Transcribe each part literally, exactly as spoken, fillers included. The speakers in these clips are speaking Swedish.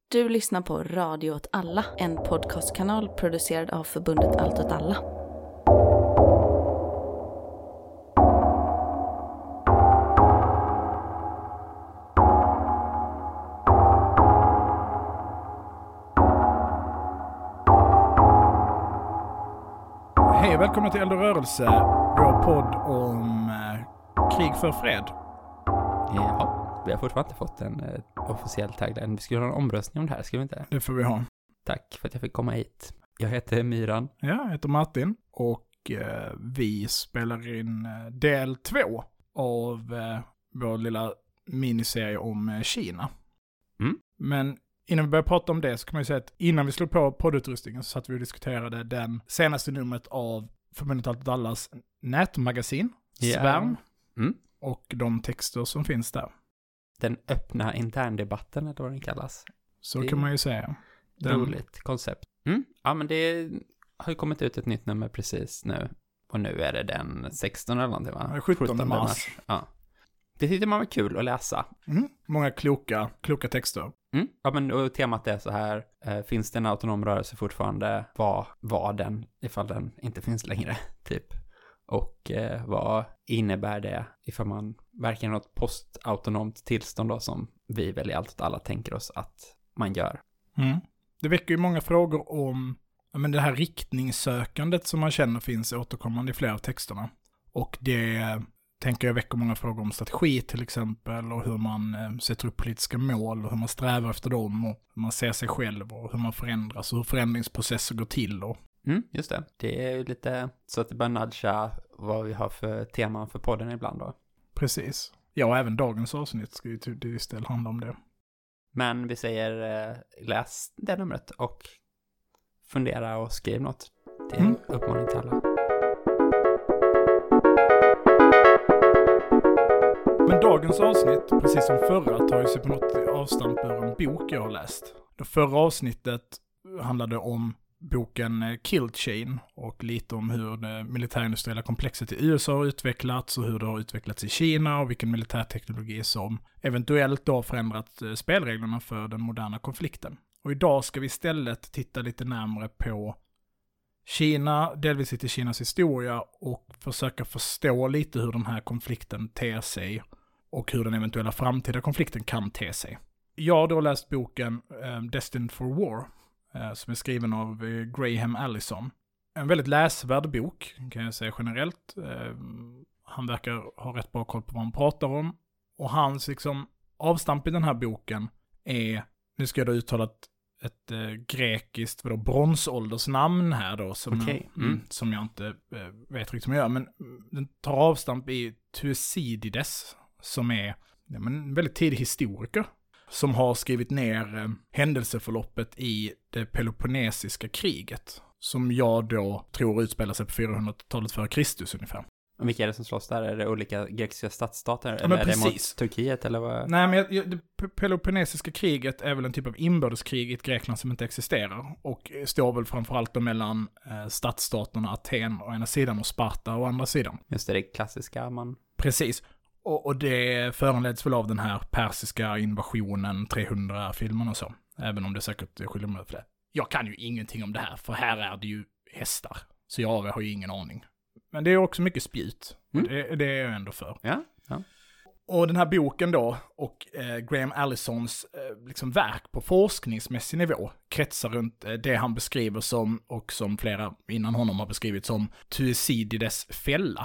Du lyssnar på Radio åt alla, en podcastkanal producerad av förbundet Allt åt alla. Hej, välkomna till Eld och rörelse, vår podd om eh, krig för fred. Ja, vi har fortfarande inte fått en eh, officiell tagline. Vi skulle ha en omröstning om det här, ska vi inte? Det får vi ha. Tack för att jag fick komma hit. Jag heter Myran. Ja, jag heter Martin och eh, vi spelar in eh, del två av eh, vår lilla miniserie om eh, Kina. Mm. Men innan vi börjar prata om det så kan man ju säga att innan vi slog på poddutrustningen så satt vi och diskuterade den senaste numret av förbundet Allt åt allas nätmagasin, Yeah. Svärm, Mm. och de texter som finns där. Den öppna interndebatten, eller vad den kallas. Så Det är kan man ju säga. Den, Roligt koncept. Mm. Ja, men det har ju kommit ut ett nytt nummer precis nu. Och nu är det den sextonde eller någonting, va? sjuttonde mars. Ja. Det tyckte man var kul att läsa. Mm. Många kloka, kloka texter. Mm. Ja, men och temat är så här. Eh, finns det en autonom rörelse fortfarande? Vad var den ifall den inte finns längre? Typ. Och eh, vad innebär det ifall man verkar i något postautonomt tillstånd då, som vi väl i allt åt alla tänker oss att man gör. Mm. Det väcker ju många frågor om ja, men det här riktningssökandet som man känner finns återkommande i flera av texterna. Och det tänker jag väcker många frågor om strategi till exempel, och hur man eh, sätter upp politiska mål och hur man strävar efter dem och hur man ser sig själv och hur man förändras och hur förändringsprocesser går till. Och... Mm, just det. Det är ju lite så att det börjar nudga vad vi har för teman för podden ibland då. Precis. Ja, och även dagens avsnitt ska ju till istället handla om det. Men vi säger eh, läs det numret och fundera och skriv något. Det är en Mm. uppmaning till alla. Men dagens avsnitt, precis som förra, tar ju sig på något avstamp ur en bok jag har läst. Det förra avsnittet handlade om boken Kill Chain och lite om hur det militärindustriella komplexet i U S A har utvecklats och hur det har utvecklats i Kina och vilken militärteknologi som eventuellt då förändrat spelreglerna för den moderna konflikten. Och idag ska vi istället titta lite närmare på Kina, delvis lite Kinas historia och försöka förstå lite hur den här konflikten ter sig och hur den eventuella framtida konflikten kan te sig. Jag har då läst boken eh, Destined for War eh, som är skriven av eh, Graham Allison. En väldigt läsvärd bok kan jag säga generellt. Eh, han verkar ha rätt bra koll på vad han pratar om. Och hans liksom, avstamp i den här boken är, nu ska jag då uttala ett ett eh, grekiskt vadå, bronsåldersnamn här då som, Okay. jag, Mm. mm, som jag inte eh, vet riktigt om jag gör, men den tar avstamp i Thucydides som är ja, men en väldigt tidig historiker som har skrivit ner eh, händelseförloppet i det Peloponnesiska kriget som jag då tror utspelar sig på fyrahundratalet före Kristus ungefär. Och vilka är det som slåss där? Är det olika grekiska stadsstater? Ja, eller men är precis. det mot Turkiet? Eller vad? Nej, men jag, jag, det P- Peloponnesiska kriget är väl en typ av inbördeskrig i ett Grekland som inte existerar. Och står väl framförallt då mellan eh, stadsstaterna Aten å ena sidan och Sparta å andra sidan. Just det, det klassiska man... Precis. Och, och det föranleds väl av den här persiska invasionen, trehundra-filmen och så. Även om det säkert är skillnad för det. Jag kan ju ingenting om det här, för här är det ju hästar. Så jag har ju ingen aning. Men det är också mycket spjut. Mm. Och det, det är jag ändå för. Ja, ja. Och den här boken då, och eh, Graham Allisons eh, liksom verk på forskningsmässig nivå kretsar runt eh, det han beskriver som, och som flera innan honom har beskrivit som, Thucydides fälla.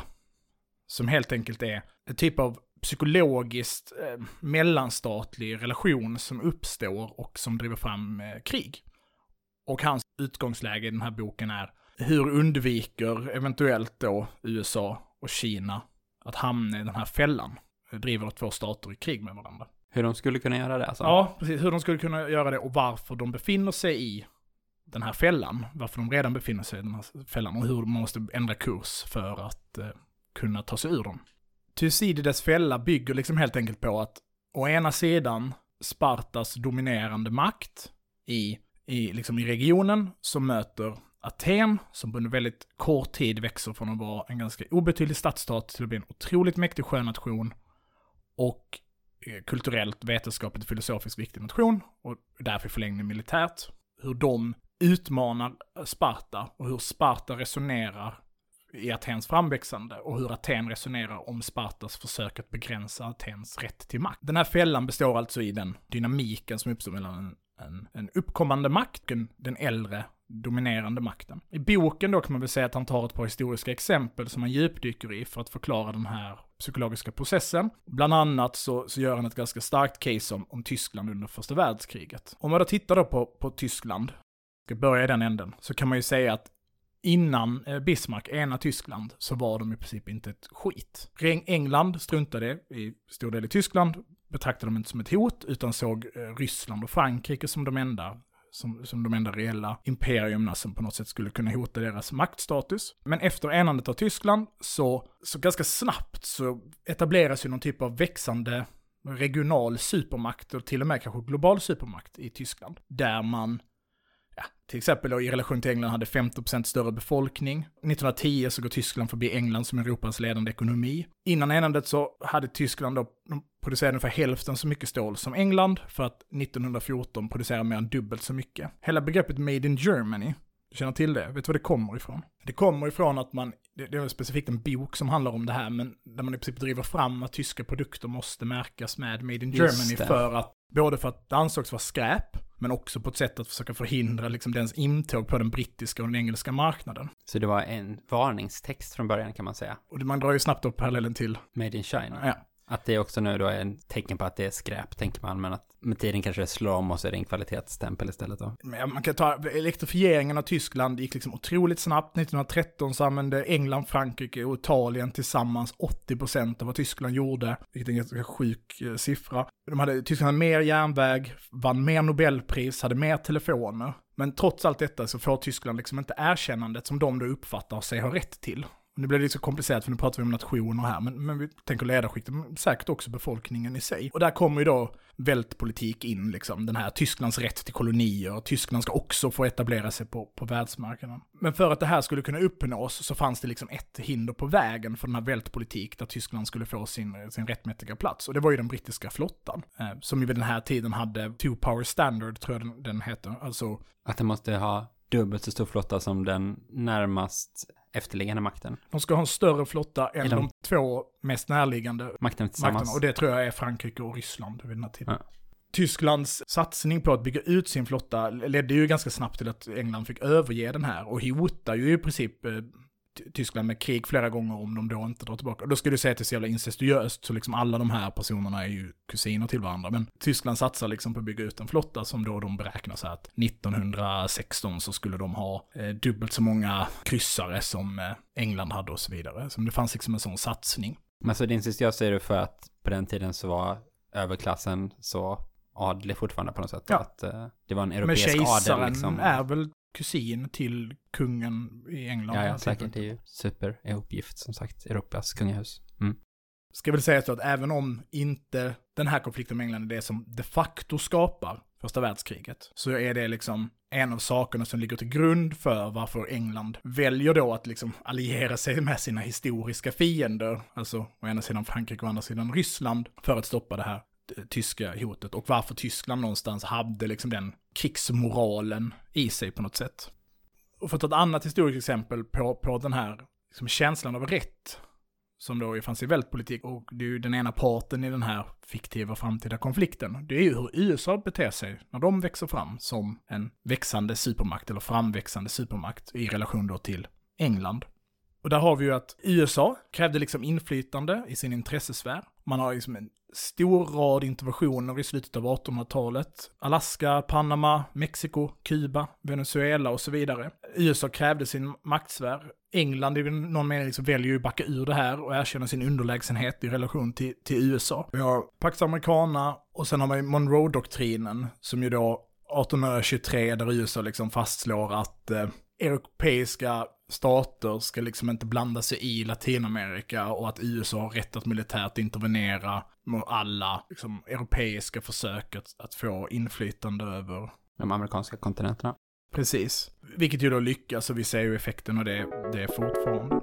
Som helt enkelt är en typ av psykologiskt eh, mellanstatlig relation som uppstår och som driver fram eh, krig. Och hans utgångsläge i den här boken är: hur undviker eventuellt då U S A och Kina att hamna i den här fällan? Driver två stater i krig med varandra. Hur de skulle kunna göra det alltså? Ja, precis. Hur de skulle kunna göra det och varför de befinner sig i den här fällan. Varför de redan befinner sig i den här fällan och hur man måste ändra kurs för att eh, kunna ta sig ur dem. Thucydides fälla bygger liksom helt enkelt på att å ena sidan Spartas dominerande makt i, i, liksom i regionen som möter Aten, som under väldigt kort tid växer från att vara en ganska obetydlig stadsstat till att bli en otroligt mäktig sjönation. Och kulturellt, vetenskapligt och filosofiskt viktig nation och därför förlängning militärt. Hur de utmanar Sparta och hur Sparta resonerar i Atens framväxande och hur Aten resonerar om Spartas försök att begränsa Atens rätt till makt. Den här fällan består alltså i den dynamiken som uppstår mellan en, en, en uppkommande makt och den äldre dominerande makten. I boken då kan man väl säga att han tar ett par historiska exempel som han djupdyker i för att förklara den här psykologiska processen. Bland annat så, så gör han ett ganska starkt case om, om Tyskland under första världskriget. Om man då tittar då på, på Tyskland, ska börja i den änden, så kan man ju säga att innan Bismarck ena Tyskland så var de i princip inte ett skit. England struntade i stor del i Tyskland, betraktade de inte som ett hot utan såg Ryssland och Frankrike som de enda Som, som de enda reella imperierna som på något sätt skulle kunna hota deras maktstatus. Men efter enandet av Tyskland så, så ganska snabbt så etableras ju någon typ av växande regional supermakt och till och med kanske global supermakt i Tyskland. Där man, ja, till exempel då, i relation till England hade femtio procent större befolkning. nittonhundratio så går Tyskland förbi England som Europas ledande ekonomi. Innan enandet så hade Tyskland då, de producerade ungefär hälften så mycket stål som England för att nittonhundrafjorton producerade mer än dubbelt så mycket. Hela begreppet Made in Germany, du känner till det? Vet du vad det kommer ifrån? Det kommer ifrån att man, det, det är specifikt en bok som handlar om det här, men där man i princip driver fram att tyska produkter måste märkas med Made in Germany för att, både för att det ansågs vara skräp, men också på ett sätt att försöka förhindra liksom dens intåg på den brittiska och den engelska marknaden. Så det var en varningstext från början kan man säga. Och man drar ju snabbt upp parallellen till Made in China. Ja. Att det också nu då är en tecken på att det är skräp, tänker man, men att med tiden kanske det slår om och så är det en kvalitetsstämpel istället då. Man kan ta elektrifieringen av Tyskland gick liksom otroligt snabbt. nittonhundratretton så använde England, Frankrike och Italien tillsammans åttio procent av vad Tyskland gjorde, vilket är en ganska sjuk eh, siffra. De hade, Tyskland hade mer järnväg, vann mer Nobelpris, hade mer telefoner. Men trots allt detta så får Tyskland liksom inte erkännandet som de då uppfattar sig ha rätt till. Nu blir det så komplicerat för nu pratar vi om nationer här, men, men vi tänker ledarskiktet, men säkert också befolkningen i sig. Och där kommer ju då vältpolitik in, liksom, den här Tysklands rätt till kolonier. Tyskland ska också få etablera sig på, på världsmarknaden. Men för att det här skulle kunna uppnås så fanns det liksom ett hinder på vägen för den här vältpolitik där Tyskland skulle få sin, sin rättmätiga plats. Och det var ju den brittiska flottan, eh, som ju vid den här tiden hade two power standard, tror jag den, den heter. Alltså att den måste ha dubbelt så stor flotta som den närmast efterliggande makten. De ska ha en större flotta än de... de två mest närliggande makten tillsammans. Makterna, och det tror jag är Frankrike och Ryssland vid den här tiden. Ja. Tysklands satsning på att bygga ut sin flotta ledde ju ganska snabbt till att England fick överge den här och hotar ju i princip eh, Tyskland med krig flera gånger om de då inte drar tillbaka. Och då skulle du säga att det är så jävla incestuöst, så liksom alla de här personerna är ju kusiner till varandra. Men Tyskland satsar liksom på att bygga ut en flotta som då de beräknar så att nittonhundrasexton så skulle de ha eh, dubbelt så många kryssare som eh, England hade och så vidare. Så det fanns liksom en sån satsning. Men så det incestuösa är det för att på den tiden så var överklassen så adlig fortfarande på något sätt. Ja. Att uh, det var en europeisk adel. Men kejsaren liksom. är väl kusin till kungen i England. Ja, ja säkert. Det är ju super ihopgift som sagt. Europas kungahus. Mm. Ska väl säga så att även om inte den här konflikten med England är det som de facto skapar första världskriget, så är det liksom en av sakerna som ligger till grund för varför England väljer då att liksom alliera sig med sina historiska fiender, alltså å ena sidan Frankrike och å andra sidan Ryssland, för att stoppa det här tyska hotet, och varför Tyskland någonstans hade liksom den krigsmoralen i sig på något sätt. Och för att ta ett annat historiskt exempel på, på den här liksom känslan av rätt som då fanns i vältpolitik, och det är ju den ena parten i den här fiktiva framtida konflikten. Det är ju hur U S A beter sig när de växer fram som en växande supermakt eller framväxande supermakt i relation då till England. Och där har vi ju att U S A krävde liksom inflytande i sin intressesfär. Man har liksom en stor rad interventioner i slutet av artonhundratalet. Alaska, Panama, Mexiko, Kuba, Venezuela och så vidare. U S A krävde sin maktsfär. England i någon mening liksom väljer ju att backa ur det här och erkänna sin underlägsenhet i relation till, till U S A. Vi har Pax Americana och sen har man Monroe-doktrinen som ju då artonhundratjugotre där U S A liksom fastslår att eh, europeiska stater ska liksom inte blanda sig i Latinamerika och att U S A har rätt att militärt intervenera mot alla liksom, europeiska försök att, att få inflytande över de amerikanska kontinenterna. Precis. Vilket ju då lyckas, och vi ser ju effekten av det, det är fortfarande.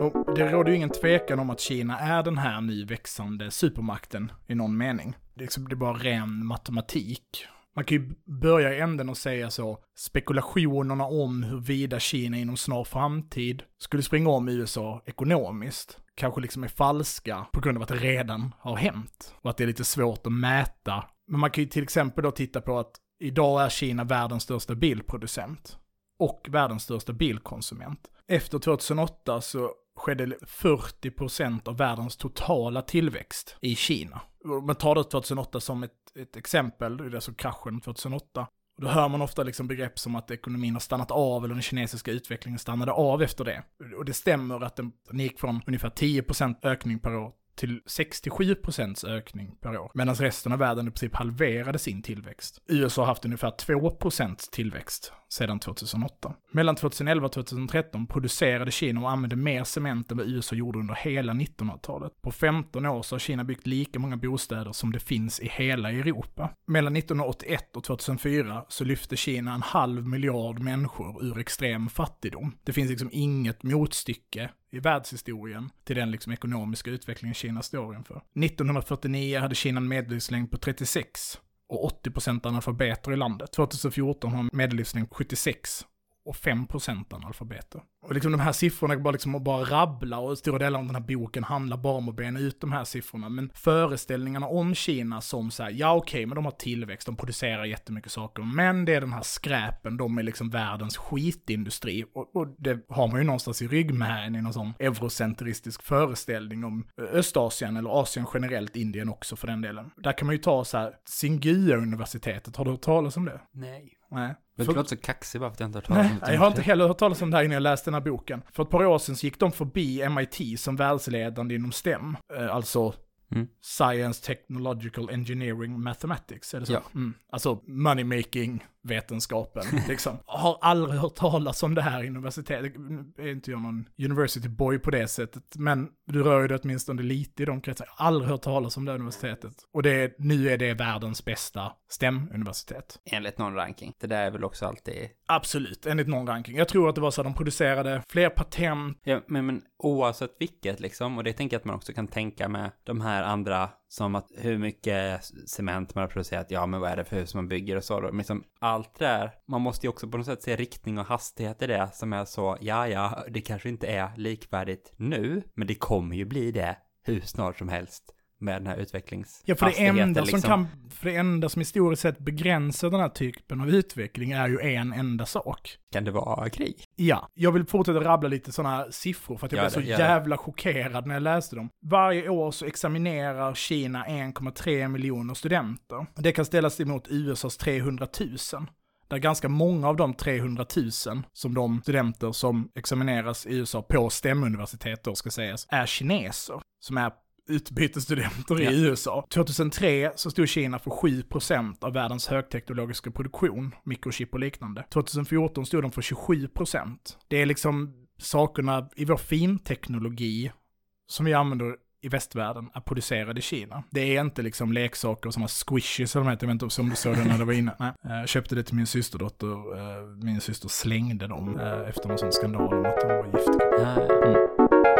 Och det råder ju ingen tvekan om att Kina är den här nu växande supermakten i någon mening. Det är, liksom, det är bara ren matematik. Man kan ju börja i änden och säga så, spekulationerna om huruvida Kina inom snar framtid skulle springa om U S A ekonomiskt kanske liksom är falska på grund av att det redan har hänt och att det är lite svårt att mäta. Men man kan ju till exempel då titta på att idag är Kina världens största bilproducent och världens största bilkonsument. Efter tjugohundraåtta så skedde fyrtio procent av världens totala tillväxt i Kina. Man tar då tjugohundraåtta som ett, ett exempel, det är alltså kraschen tjugohundraåtta. Och då hör man ofta liksom begrepp som att ekonomin har stannat av eller den kinesiska utvecklingen stannade av efter det. Och det stämmer att den, den gick från ungefär tio procent ökning per år till sextiosju procents ökning per år. Medan resten av världen i princip halverade sin tillväxt. U S A har haft ungefär två procent tillväxt sedan tjugohundraåtta. Mellan tjugoelva och tjugotretton producerade Kina och använde mer cement än vad U S A gjorde under hela nittonhundratalet. På femton år så har Kina byggt lika många bostäder som det finns i hela Europa. Mellan nittonhundraåttioett och tjugohundrafyra så lyfte Kina en halv miljard människor ur extrem fattigdom. Det finns liksom inget motstycke i världshistorien till den liksom ekonomiska utvecklingen Kina står inför. nittonhundrafyrtionio hade Kina en medellivslängd på trettiosex och åttio procent analfabeter i landet. tjugohundrafjorton har medellivslängd sjuttiosex och fem procent analfabeter. Och liksom de här siffrorna bara liksom bara rabbla och stora delar av den här boken handlar bara om att bena ut de här siffrorna. Men föreställningarna om Kina som så här, ja okej, okay, men de har tillväxt, de producerar jättemycket saker. Men det är den här skräpen, de är liksom världens skitindustri. Och, och det har man ju någonstans i ryggmärgen i någon sån eurocentristisk föreställning om Östasien eller Asien generellt, Indien också för den delen. Där kan man ju ta så här, Tsinghua-universitetet, har du hört talas om det? Nej. Nej. Men du låter så kaxig bara för att jag inte har hört talas om det. Nej, jag har inte heller hört talas om det här innan jag läste den här boken. För ett par år sedan så gick de förbi M I T som världsledande inom STEM. Eh, alltså mm. Science, Technological Engineering, Mathematics. Är det så? Ja. Mm. Alltså money-making vetenskapen. Liksom. Har aldrig hört talas om det här universitetet. Jag är inte jag någon university boy på det sättet. Men du rör ju det åtminstone lite i de kretsar. Jag har aldrig hört talas om det här universitetet. Och det är, nu är det världens bästa STEM-universitet. Enligt någon ranking. Det där är väl också alltid... Absolut, enligt någon ranking. Jag tror att det var så att de producerade fler patent. Ja, men, men oavsett vilket liksom. Och det tänker jag att man också kan tänka med de här andra, som att hur mycket cement man har producerat, ja men vad är det för hus man bygger och så då. Men liksom allt det där, man måste ju också på något sätt se riktning och hastighet i det som är så, ja ja, det kanske inte är likvärdigt nu, men det kommer ju bli det hur snart som helst med den här utvecklingshastigheten. Ja, för det enda liksom. som kan, för det enda som historiskt sett begränsar den här typen av utveckling är ju en enda sak. Kan det vara krig? Ja, jag vill fortsätta rabbla lite sådana här siffror för att jag blev så jävla chockerad när jag läste dem. Varje år så examinerar Kina en komma tre miljoner studenter. Det kan ställas emot U S A:s trehundratusen. Där ganska många av de trehundratusen som de studenter som examineras i U S A på STEM-universitet då ska sägas är kineser som är utbytesstudenter ja. i U S A. tjugohundratre så stod Kina för sju procent av världens högteknologiska produktion, mikrochip och liknande. tjugohundrafjorton stod de för tjugosju procent. Det är liksom sakerna i vår finteknologi som vi använder i västvärlden är producerade i Kina. Det är inte liksom leksaker som har squishes eller något, jag vet inte om du såg det när det var inne. Nej. Jag köpte det till min systerdotter. Min syster slängde dem efter någon sån skandal om att de var giftiga. Mm.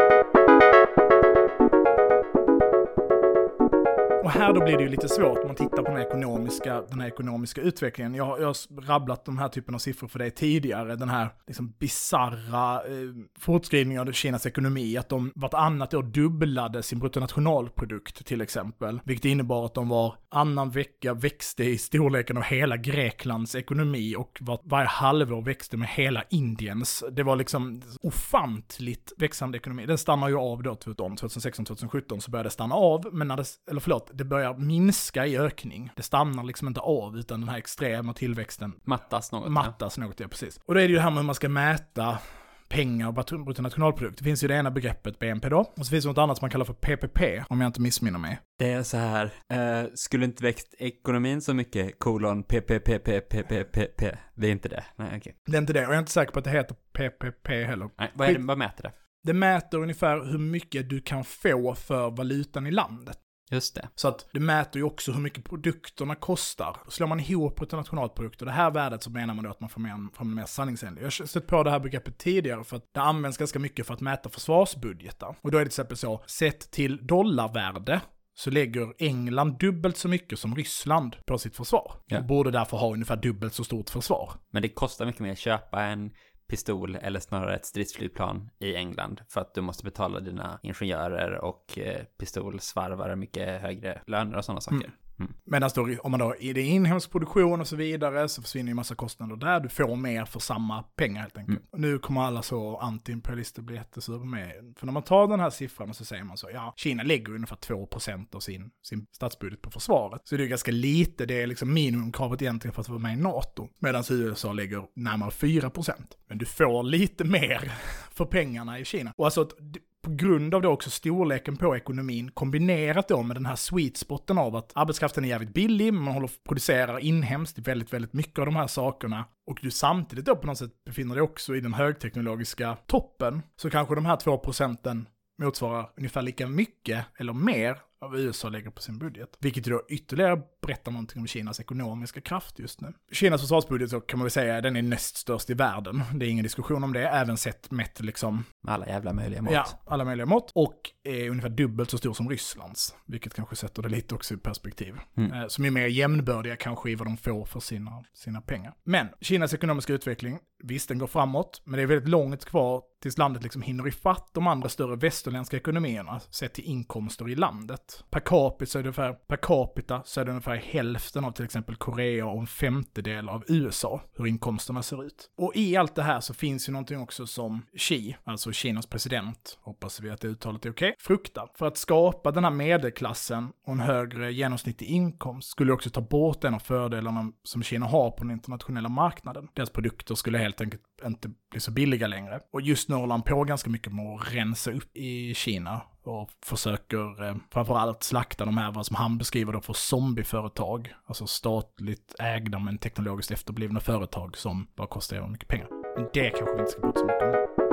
Och här då blir det ju lite svårt om man tittar på den här ekonomiska, den här ekonomiska utvecklingen. Jag har, jag har rabblat de här typen av siffror för dig tidigare. Den här liksom bizarra eh, fortskridningen av Kinas ekonomi. Att de vartannat år dubblade sin bruttonationalprodukt till exempel. Vilket innebar att de var annan vecka växte i storleken av hela Greklands ekonomi. Och var, varje halvår växte med hela Indiens. Det var liksom ofantligt växande ekonomi. Den stannar ju av då tjugohundrasexton tjugohundrasjutton så började det stanna av. Men när det, eller förlåt, det börjar minska i ökning. Det stannar liksom inte av utan den här extrema tillväxten mattas något. Mattas ja. något, ja precis. Och då är det ju det här med hur man ska mäta pengar och bruttonationalprodukt. Det finns ju det ena begreppet B N P då. Och så finns det något annat som man kallar för P P P, om jag inte missminner mig. Det är så här, eh, skulle inte växt ekonomin så mycket, kolon, P P P P P P P P. Det är inte det. Nej, okej. Okay. Det är inte det, och jag är inte säker på att det heter P P P heller. Nej, vad, är det, vad mäter det? Det mäter ungefär hur mycket du kan få för valutan i landet. Just det. Så att det mäter ju också hur mycket produkterna kostar. Slår man ihop bruttonationalprodukt och det här värdet, så menar man då att man får mer, får mer sanningsenlig. Jag har sett på det här begreppet tidigare för att det används ganska mycket för att mäta försvarsbudgetar. Och då är det till exempel så, sett till dollarvärde så lägger England dubbelt så mycket som Ryssland på sitt försvar. Ja. Och borde därför ha ungefär dubbelt så stort försvar. Men det kostar mycket mer att köpa en pistol eller snarare ett stridsflygplan i England för att du måste betala dina ingenjörer och eh, pistolsvarvare mycket högre löner och sådana saker. Mm. Mm. Medan då, om man då är det inhemsk produktion och så vidare, så försvinner ju massa kostnader där. Du får mer för samma pengar helt enkelt. Mm. Och nu kommer alla så anti-imperialister bli jättesura med. För när man tar den här siffran och så säger man så, ja, Kina lägger ungefär två procent av sin, sin statsbudget på försvaret. Så det är ganska lite, det är liksom minimumkravet egentligen för att vara med i NATO. Medan U S A lägger närmare fyra procent. Men du får lite mer för pengarna i Kina. Och alltså, på grund av det också storleken på ekonomin kombinerat då med den här sweet spoten av att arbetskraften är jävligt billig, man håller på producerar inhemskt väldigt, väldigt mycket av de här sakerna, och du samtidigt då på något sätt befinner dig också i den högteknologiska toppen, så kanske de här två procenten motsvarar ungefär lika mycket eller mer av U S A lägger på sin budget. Vilket då ytterligare berättar någonting om Kinas ekonomiska kraft just nu. Kinas försvarsbudget, så kan man väl säga, den är näst störst i världen. Det är ingen diskussion om det, även sett mätt liksom... Med alla jävla möjliga mått. Ja, alla möjliga mått. Och är ungefär dubbelt så stor som Rysslands. Vilket kanske sätter det lite också i perspektiv. Mm. Som är mer jämnbördiga kanske i vad de får för sina, sina pengar. Men Kinas ekonomiska utveckling, visst den går framåt, men det är väldigt långt kvar tills landet liksom hinner ifatt de andra större västerländska ekonomierna sett till inkomster i landet. Per capita så är det ungefär, per capita så är det ungefär hälften av till exempel Korea och en femtedel av U S A, hur inkomsterna ser ut. Och i allt det här så finns ju någonting också som Xi, alltså Kinas president, hoppas vi att det uttalet är okej, fruktar. För att skapa den här medelklassen och en högre genomsnittlig inkomst skulle också ta bort en av fördelarna som Kina har på den internationella marknaden. Deras produkter skulle helt enkelt inte bli så billiga längre. Och just nu håller han på ganska mycket med att rensa upp i Kina och försöker eh, framförallt slakta de här, vad som han beskriver då för zombieföretag, alltså statligt ägda men teknologiskt efterblivna företag som bara kostar mycket pengar. Men det kanske vi inte ska prata så mycket om.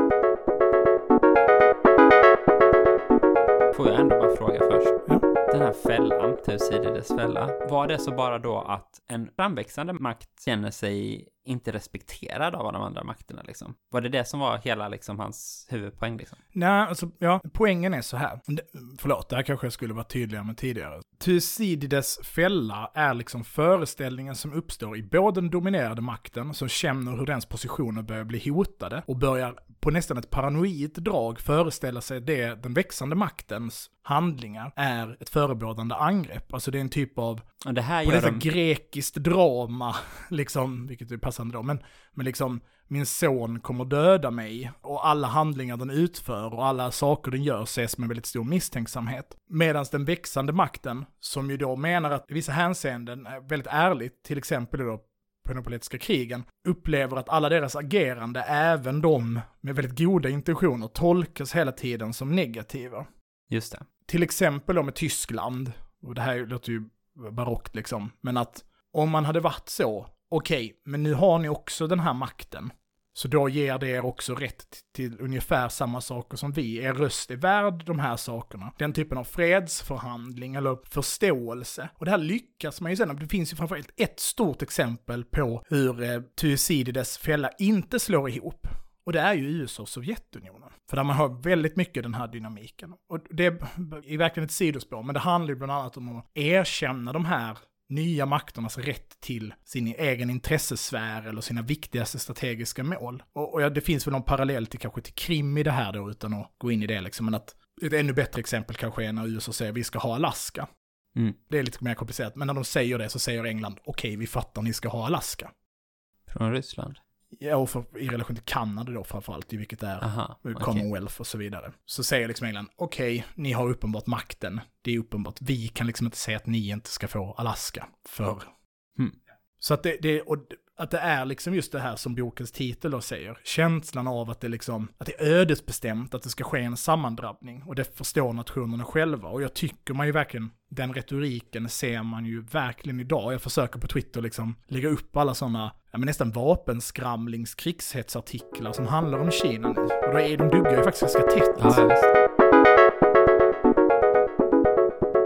Får jag ändå bara fråga först. Ja. Den här fällan, Thucydides fälla, var det så bara då att en framväxande makt känner sig inte respekterad av de andra makterna liksom? Var det det som var hela liksom hans huvudpoäng liksom? Nej, alltså ja, poängen är så här. Förlåt, det här kanske jag skulle vara tydligare med tidigare. Thucydides fälla är liksom föreställningen som uppstår i både den dominerade makten som känner hur dens positioner börjar bli hotade och börjar på nästan ett paranoid drag föreställa sig det den växande maktens handlingar är ett förebådande angrepp. Alltså det är en typ av och det här på gör detta de... grekiskt drama, liksom, vilket är passande då, men, men liksom min son kommer döda mig och alla handlingar den utför och alla saker den gör ses med väldigt stor misstänksamhet. Medan den växande makten, som ju då menar att i vissa hänseenden är väldigt ärligt, till exempel då på den politiska krigen, upplever att alla deras agerande, även de med väldigt goda intentioner, tolkas hela tiden som negativa. Just det. Till exempel då med Tyskland, och det här låter ju barockt liksom, men att om man hade varit så, okej, okay, men nu har ni också den här makten, så då ger det er också rätt till ungefär samma saker som vi. Er röst är värd de här sakerna. Den typen av fredsförhandling eller förståelse. Och det här lyckas man ju sen. Det finns ju framförallt ett stort exempel på hur eh, Thucydides fälla inte slår ihop. Och det är ju U S A och Sovjetunionen. För där man har väldigt mycket den här dynamiken. Och det är verkligen ett sidospår, men det handlar ju bland annat om att erkänna de här nya makternas rätt till sin egen intressesfär eller sina viktigaste strategiska mål. Och, och ja, det finns väl någon parallell till kanske till Krim i det här då, utan att gå in i det liksom. Men att ett ännu bättre exempel kanske är när U S A säger vi ska ha Alaska. Mm. Det är lite mer komplicerat, men när de säger det så säger England okej, okay, vi fattar, ni ska ha Alaska. Från Ryssland? Ja, och för, i relation till Kanada då framförallt, i vilket är Aha, Commonwealth okay. och så vidare. Så säger liksom England, okej, okay, ni har uppenbart makten. Det är uppenbart. Vi kan liksom inte säga att ni inte ska få Alaska för. Mm. Så att det, det, och att det är liksom just det här som bokens titel då säger. Känslan av att det liksom, att det är ödesbestämt att det ska ske en sammandrabbning. Och det förstår nationerna själva. Och jag tycker man ju verkligen, den retoriken ser man ju verkligen idag. Jag försöker på Twitter liksom lägga upp alla sådana, ja men nästan vapenskramlings krigshetsartiklar som handlar om Kina nu. Och då är de duggar ju faktiskt ganska tätt. Ja, Pratar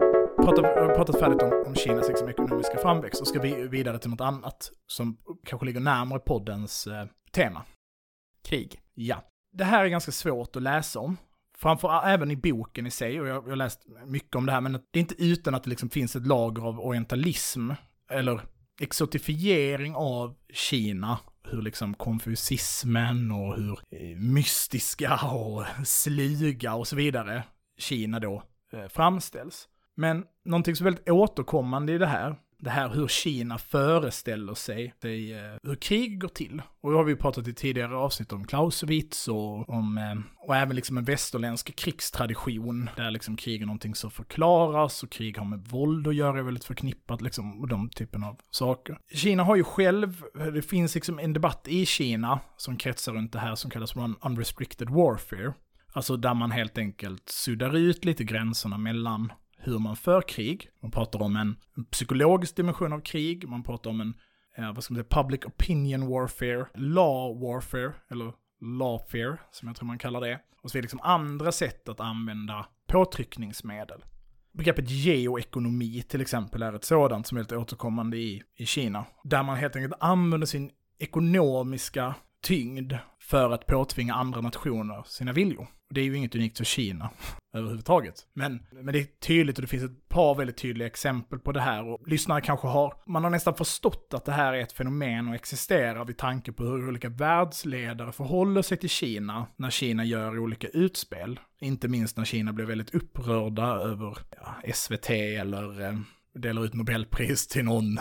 pratat, vi har pratat färdigt om, om Kinas liksom, ekonomiska framväxt och ska vi vidare till något annat som kanske ligger närmare poddens eh, tema. Krig. Ja. Det här är ganska svårt att läsa om. Framför även i boken i sig, och jag, jag har läst mycket om det här, men det är inte utan att det liksom finns ett lager av orientalism eller exotifiering av Kina, hur liksom konfucismen och hur mystiska och sluga och så vidare Kina då eh, framställs. Men någonting som är väldigt återkommande i det här, det här hur Kina föreställer sig, sig eh, hur krig går till. Och då har vi pratat i tidigare avsnitt om Clausewitz och, om, eh, och även liksom en västerländsk krigstradition där liksom krig är någonting som förklaras och krig har med våld att göra, är väldigt förknippat liksom, och de typen av saker. Kina har ju själv, det finns liksom en debatt i Kina som kretsar runt det här som kallas för unrestricted warfare. Alltså där man helt enkelt suddar ut lite gränserna mellan hur man för krig. Man pratar om en, en psykologisk dimension av krig. Man pratar om en, eh, vad ska man säga, public opinion warfare, law warfare, eller lawfare, som jag tror man kallar det. Och så är det liksom andra sätt att använda påtryckningsmedel. Begreppet geoekonomi till exempel är ett sådant som är lite återkommande i, i Kina. Där man helt enkelt använder sin ekonomiska tyngd för att påtvinga andra nationer sina viljor. Och det är ju inget unikt för Kina överhuvudtaget. Men, men det är tydligt och det finns ett par väldigt tydliga exempel på det här. Och lyssnare kanske har, man har nästan förstått att det här är ett fenomen och existerar vid tanke på hur olika världsledare förhåller sig till Kina när Kina gör olika utspel. Inte minst när Kina blir väldigt upprörda över ja, S V T eller eh, delar ut Nobelpris till någon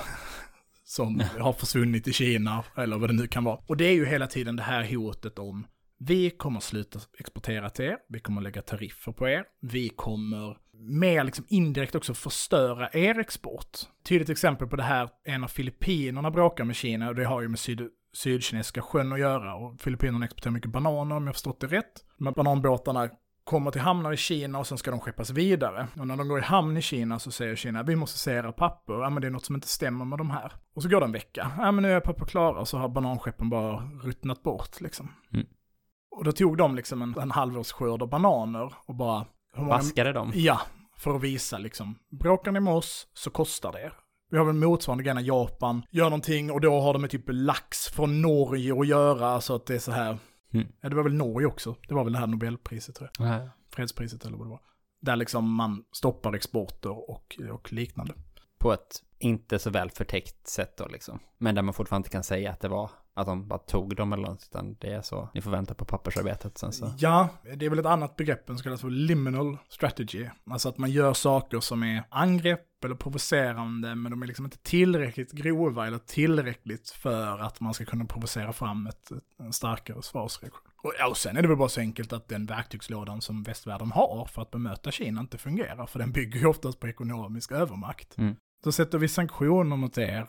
som har försvunnit i Kina eller vad det nu kan vara. Och det är ju hela tiden det här hotet om vi kommer sluta exportera till er, vi kommer lägga tariffer på er, vi kommer mer liksom indirekt också förstöra er export. Tydligt exempel på det här är när Filippinerna bråkar med Kina, och det har ju med syd- Sydkinesiska sjön att göra, och Filippinerna exporterar mycket bananer om jag har förstått det rätt. Men bananbåtarna kommer till hamnar i Kina och sen ska de skeppas vidare. Och när de går i hamn i Kina så säger Kina, vi måste se era papper. Ja, men det är något som inte stämmer med de här. Och så går det en vecka. Ja, men nu är papper klara, och så har bananskeppen bara ruttnat bort liksom. Mm. Och då tog de liksom en, en halvårsskörd av bananer och bara... Många, vaskade de? Ja, för att visa liksom, bråkar ni med oss så kostar det er. Vi har väl motsvarande grej när Japan gör någonting och då har de med typ lax från Norge att göra, så att det är så här... Mm. Ja, det var väl Norge också. Det var väl det här Nobelpriset, tror jag. Mm. Fredspriset eller vad det var. Där liksom man stoppar exporter och, och liknande. På ett inte så väl förtäckt sätt då liksom. Men där man fortfarande inte kan säga att det var att de bara tog dem eller något, utan det är så. Ni får vänta på pappersarbetet sen så. Ja, det är väl ett annat begrepp som kallas för liminal strategy. Alltså att man gör saker som är angrepp eller provocerande, men de är liksom inte tillräckligt grova eller tillräckligt för att man ska kunna provocera fram ett, en starkare svarsreaktion. Och, ja, och sen är det väl bara så enkelt att den verktygslådan som västvärlden har för att bemöta Kina inte fungerar, för den bygger ju oftast på ekonomisk övermakt. Mm. Då sätter vi sanktioner mot er.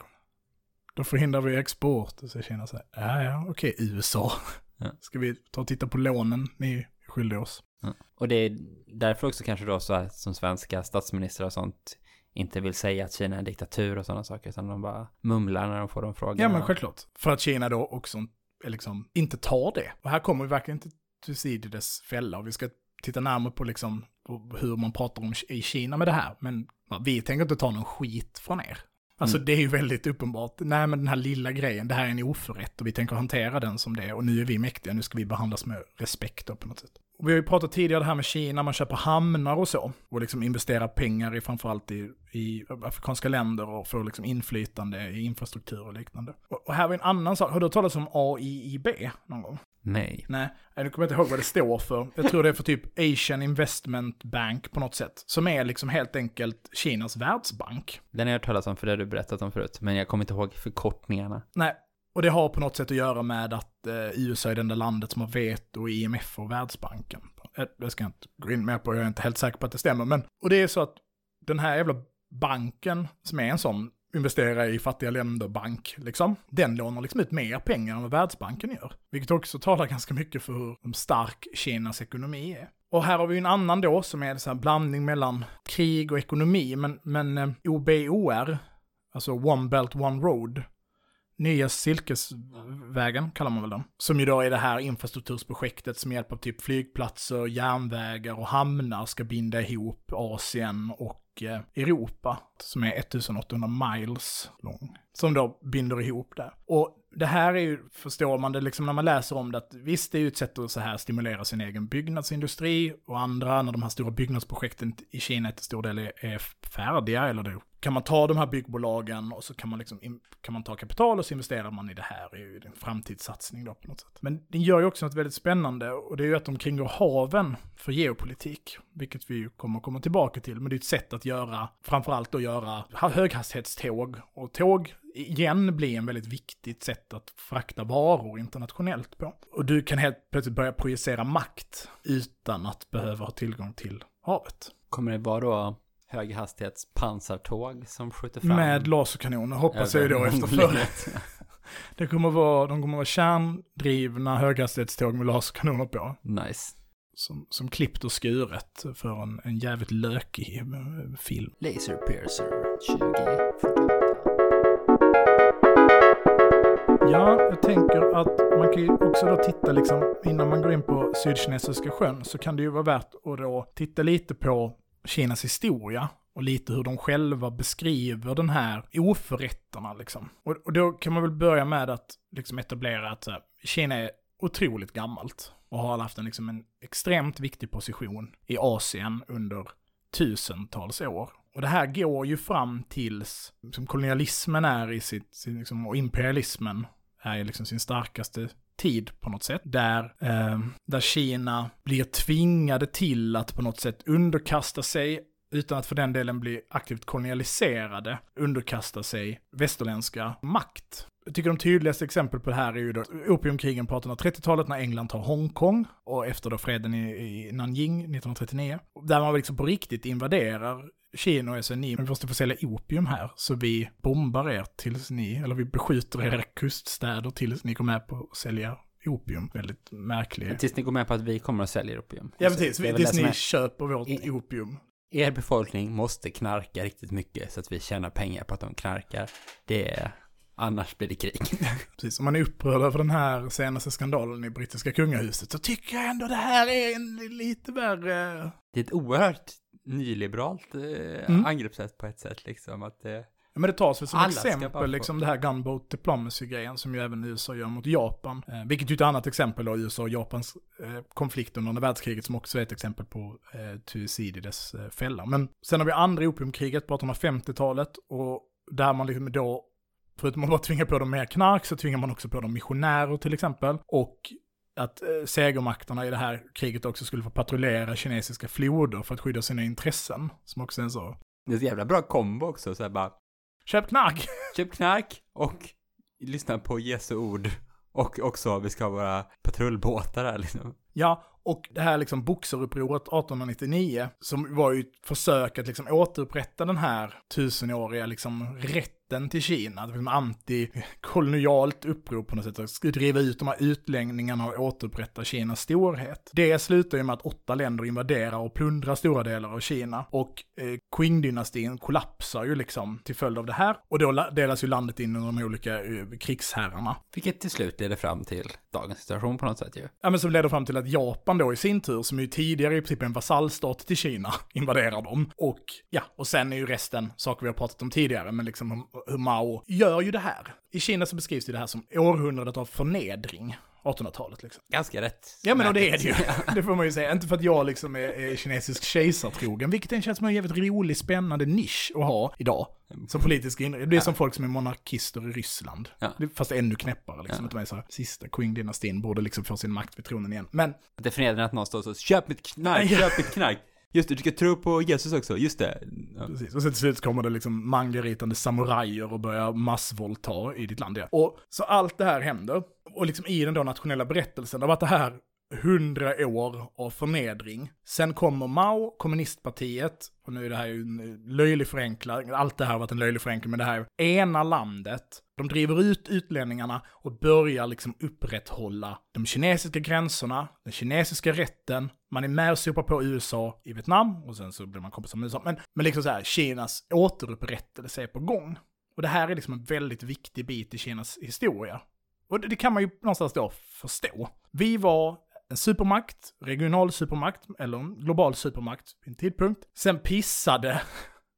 Då förhindrar vi export. Och så Kina säger, ja ja, okej, U S A. Ja. Ska vi ta och titta på lånen ni skyller oss? Ja. Och det är därför också kanske då så att som svenska statsministrar och sånt inte vill säga att Kina är en diktatur och sådana saker, utan de bara mumlar när de får de frågorna. Ja, men självklart. För att Kina då också liksom inte tar det. Och här kommer vi verkligen inte till Thucydides fälla, och vi ska titta närmare på liksom på hur man pratar om i Kina med det här. Men ja, vi tänker inte ta någon skit från er. Alltså mm. det är ju väldigt uppenbart. Nej, men den här lilla grejen, det här är en oförrätt och vi tänker hantera den som det. Och nu är vi mäktiga, nu ska vi behandlas med respekt på något sätt. Och vi har ju pratat tidigare det här med Kina, man köper hamnar och så. Och liksom investerar pengar i framförallt i, i afrikanska länder och får liksom inflytande i infrastruktur och liknande. Och, och här är en annan sak. Har du talat om A I I B någon gång? Nej. Nej, jag kommer inte ihåg vad det står för. Jag tror det är för typ Asian Investment Bank på något sätt. Som är liksom helt enkelt Kinas världsbank. Den har jag hört talas om, för det har du berättat om förut. Men jag kommer inte ihåg förkortningarna. Nej, och det har på något sätt att göra med att eh, U S A är det enda landet som har veto i I M F och Världsbanken. Det ska jag inte gå in med på, jag är inte helt säker på att det stämmer. Men, och det är så att den här jävla banken som är en sån investera i fattiga länder bank, liksom. Den lånar liksom ut mer pengar än vad Världsbanken gör. Vilket också talar ganska mycket för hur stark Kinas ekonomi är. Och här har vi en annan då som är en sån här blandning mellan krig och ekonomi. Men, men eh, O B O R, alltså One Belt One Road, nya silkesvägen kallar man väl den. Som ju då är det här infrastruktursprojektet som hjälper typ flygplatser, järnvägar och hamnar ska binda ihop Asien och och eh, Europa som är ettusenåttahundra miles lång. Som då binder ihop det. Och det här är ju, förstår man det liksom när man läser om det, att visst det är ju ett sätt att så här stimulera sin egen byggnadsindustri och andra, när de här stora byggnadsprojekten i Kina till stor del är, är färdiga, eller det kan man ta de här byggbolagen och så kan man liksom kan man ta kapital och så investerar man i det här, i en framtidssatsning då på något sätt. Men det gör ju också något väldigt spännande, och det är ju att de kringgår haven för geopolitik, vilket vi ju kommer komma tillbaka till, men det är ett sätt att göra, framförallt att göra höghastighetståg, och tåg igen blir en väldigt viktigt sätt att frakta varor internationellt på. Och du kan helt plötsligt börja projicera makt utan att behöva ha tillgång till havet. Kommer det vara då höghastighetspansartåg som skjuter fram? Med laserkanoner, hoppas jag ju då efter förut. Det kommer vara, de kommer vara kärndrivna höghastighetståg med laserkanoner på. Nice. Som, som klippt och skuret för en, en jävligt lökig film. Laser Piercer tjugo fyrtioåtta. Ja, jag tänker att man kan ju också då titta liksom, innan man går in på Sydkinesiska sjön, så kan det ju vara värt att då titta lite på Kinas historia och lite hur de själva beskriver den här oförrätterna liksom. Och, och då kan man väl börja med att liksom etablera att så här, Kina är otroligt gammalt och har haft en, liksom, en extremt viktig position i Asien under tusentals år. Och det här går ju fram tills liksom, kolonialismen är i sitt, sin, liksom, och imperialismen är i liksom, sin starkaste tid på något sätt. Där, eh, där Kina blir tvingade till att på något sätt underkasta sig, utan att för den delen bli aktivt kolonialiserade, underkasta sig västerländska makt. Jag tycker de tydligaste exempel på det här är ju då opiumkrigen på artonhundratrettiotalet när England tar Hongkong, och efter då freden i, i Nanjing nittonhundratrettionio. Där man liksom på riktigt invaderar Kina och säger, ni måste få sälja opium här, så vi bombar er tills ni, eller vi beskjuter era kuststäder tills ni kommer med på att sälja opium. Väldigt märkligt. Tills ni går med på att vi kommer att sälja opium. Ja, precis. Tills ni köper vårt I, opium. Er befolkning måste knarka riktigt mycket så att vi tjänar pengar på att de knarkar. Det är... Annars blir det krig. Precis, om man är upprörd över den här senaste skandalen i brittiska kungahuset, så tycker jag ändå det här är en lite värre... Det är ett oerhört nyliberalt eh, mm. angreppssätt på ett sätt liksom. Att det... Ja, men det tas väl som exempel liksom det här gunboat diplomacy-grejen som ju även U S A gör mot Japan. Eh, vilket ju är ett annat exempel då, U S A och Japans eh, konflikt under andra världskriget, som också är ett exempel på eh, Thucydides eh, fälla. Men sen har vi andra opiumkriget på artonhundrafemtiotalet, och där man liksom då, förutom att bara tvinga på dem mer knark, så tvingar man också på dem missionärer till exempel. Och att eh, segermakterna i det här kriget också skulle få patrullera kinesiska floder för att skydda sina intressen. Som också är en så... Det är ett jävla bra kombo också, så här bara... Köp knark! Köp knark och lyssna på Jesu ord. Och också, vi ska ha våra patrullbåtar här liksom. Ja, och det här liksom boxerupproret artonhundranittionio, som var ju ett försök att liksom återupprätta den här tusenåriga liksom rätten till Kina. Det var liksom antikolonialt uppror på något sätt. Att driva ut de här utläggningarna och återupprätta Kinas storhet. Det slutar ju med att åtta länder invaderar och plundrar stora delar av Kina. Och eh, Qing-dynastin kollapsar ju liksom till följd av det här. Och då delas ju landet in under de olika eh, krigsherrarna. Vilket till slut leder fram till dagens situation på något sätt ju. Ja, men som leder fram till att Japan då i sin tur, som ju tidigare i princip en vasallstat till Kina, invaderar dem. Och ja, och sen är ju resten saker vi har pratat om tidigare, men liksom hur Mao gör ju det här. I Kina så beskrivs det här som århundradet av förnedring. artonhundratalet liksom. Ganska rätt. Ja, men och det är det ju. Det får man ju säga. Inte för att jag liksom är, är kinesisk kejsartrogen, vilket är känns som en jävligt rolig, spännande nisch att ha idag. Som politisk inriktning. Det är ja. Som folk som är monarkister i Ryssland. Ja. Fast ännu knäppare liksom. Ja. Att de är så här, sista Qing-dynastin borde liksom få sin makt vid tronen igen. Men... Det är förnedrande att någon står så, köp mitt knark, köp mitt knark. Just det, du ska tro på Jesus också, just det. Ja. Precis, och sen till slut kommer det liksom mangaritande samurajer och börjar massvåldta i ditt land. Ja. Och så allt det här händer. Och liksom i den då nationella berättelsen av att det här hundra år av förnedring. Sen kommer Mao, kommunistpartiet, och nu är det här ju en löjlig förenkling, allt det här har varit en löjlig förenkling, men det här är ena landet. De driver ut utlänningarna och börjar liksom upprätthålla de kinesiska gränserna, den kinesiska rätten. Man är med och sopar på U S A i Vietnam, och sen så blir man kompisar med U S A. Men, men liksom så här, Kinas återupprättelse är på gång. Och det här är liksom en väldigt viktig bit i Kinas historia. Och det, det kan man ju någonstans då förstå. Vi var en supermakt, regional supermakt, eller en global supermakt vid en tidpunkt. Sen pissade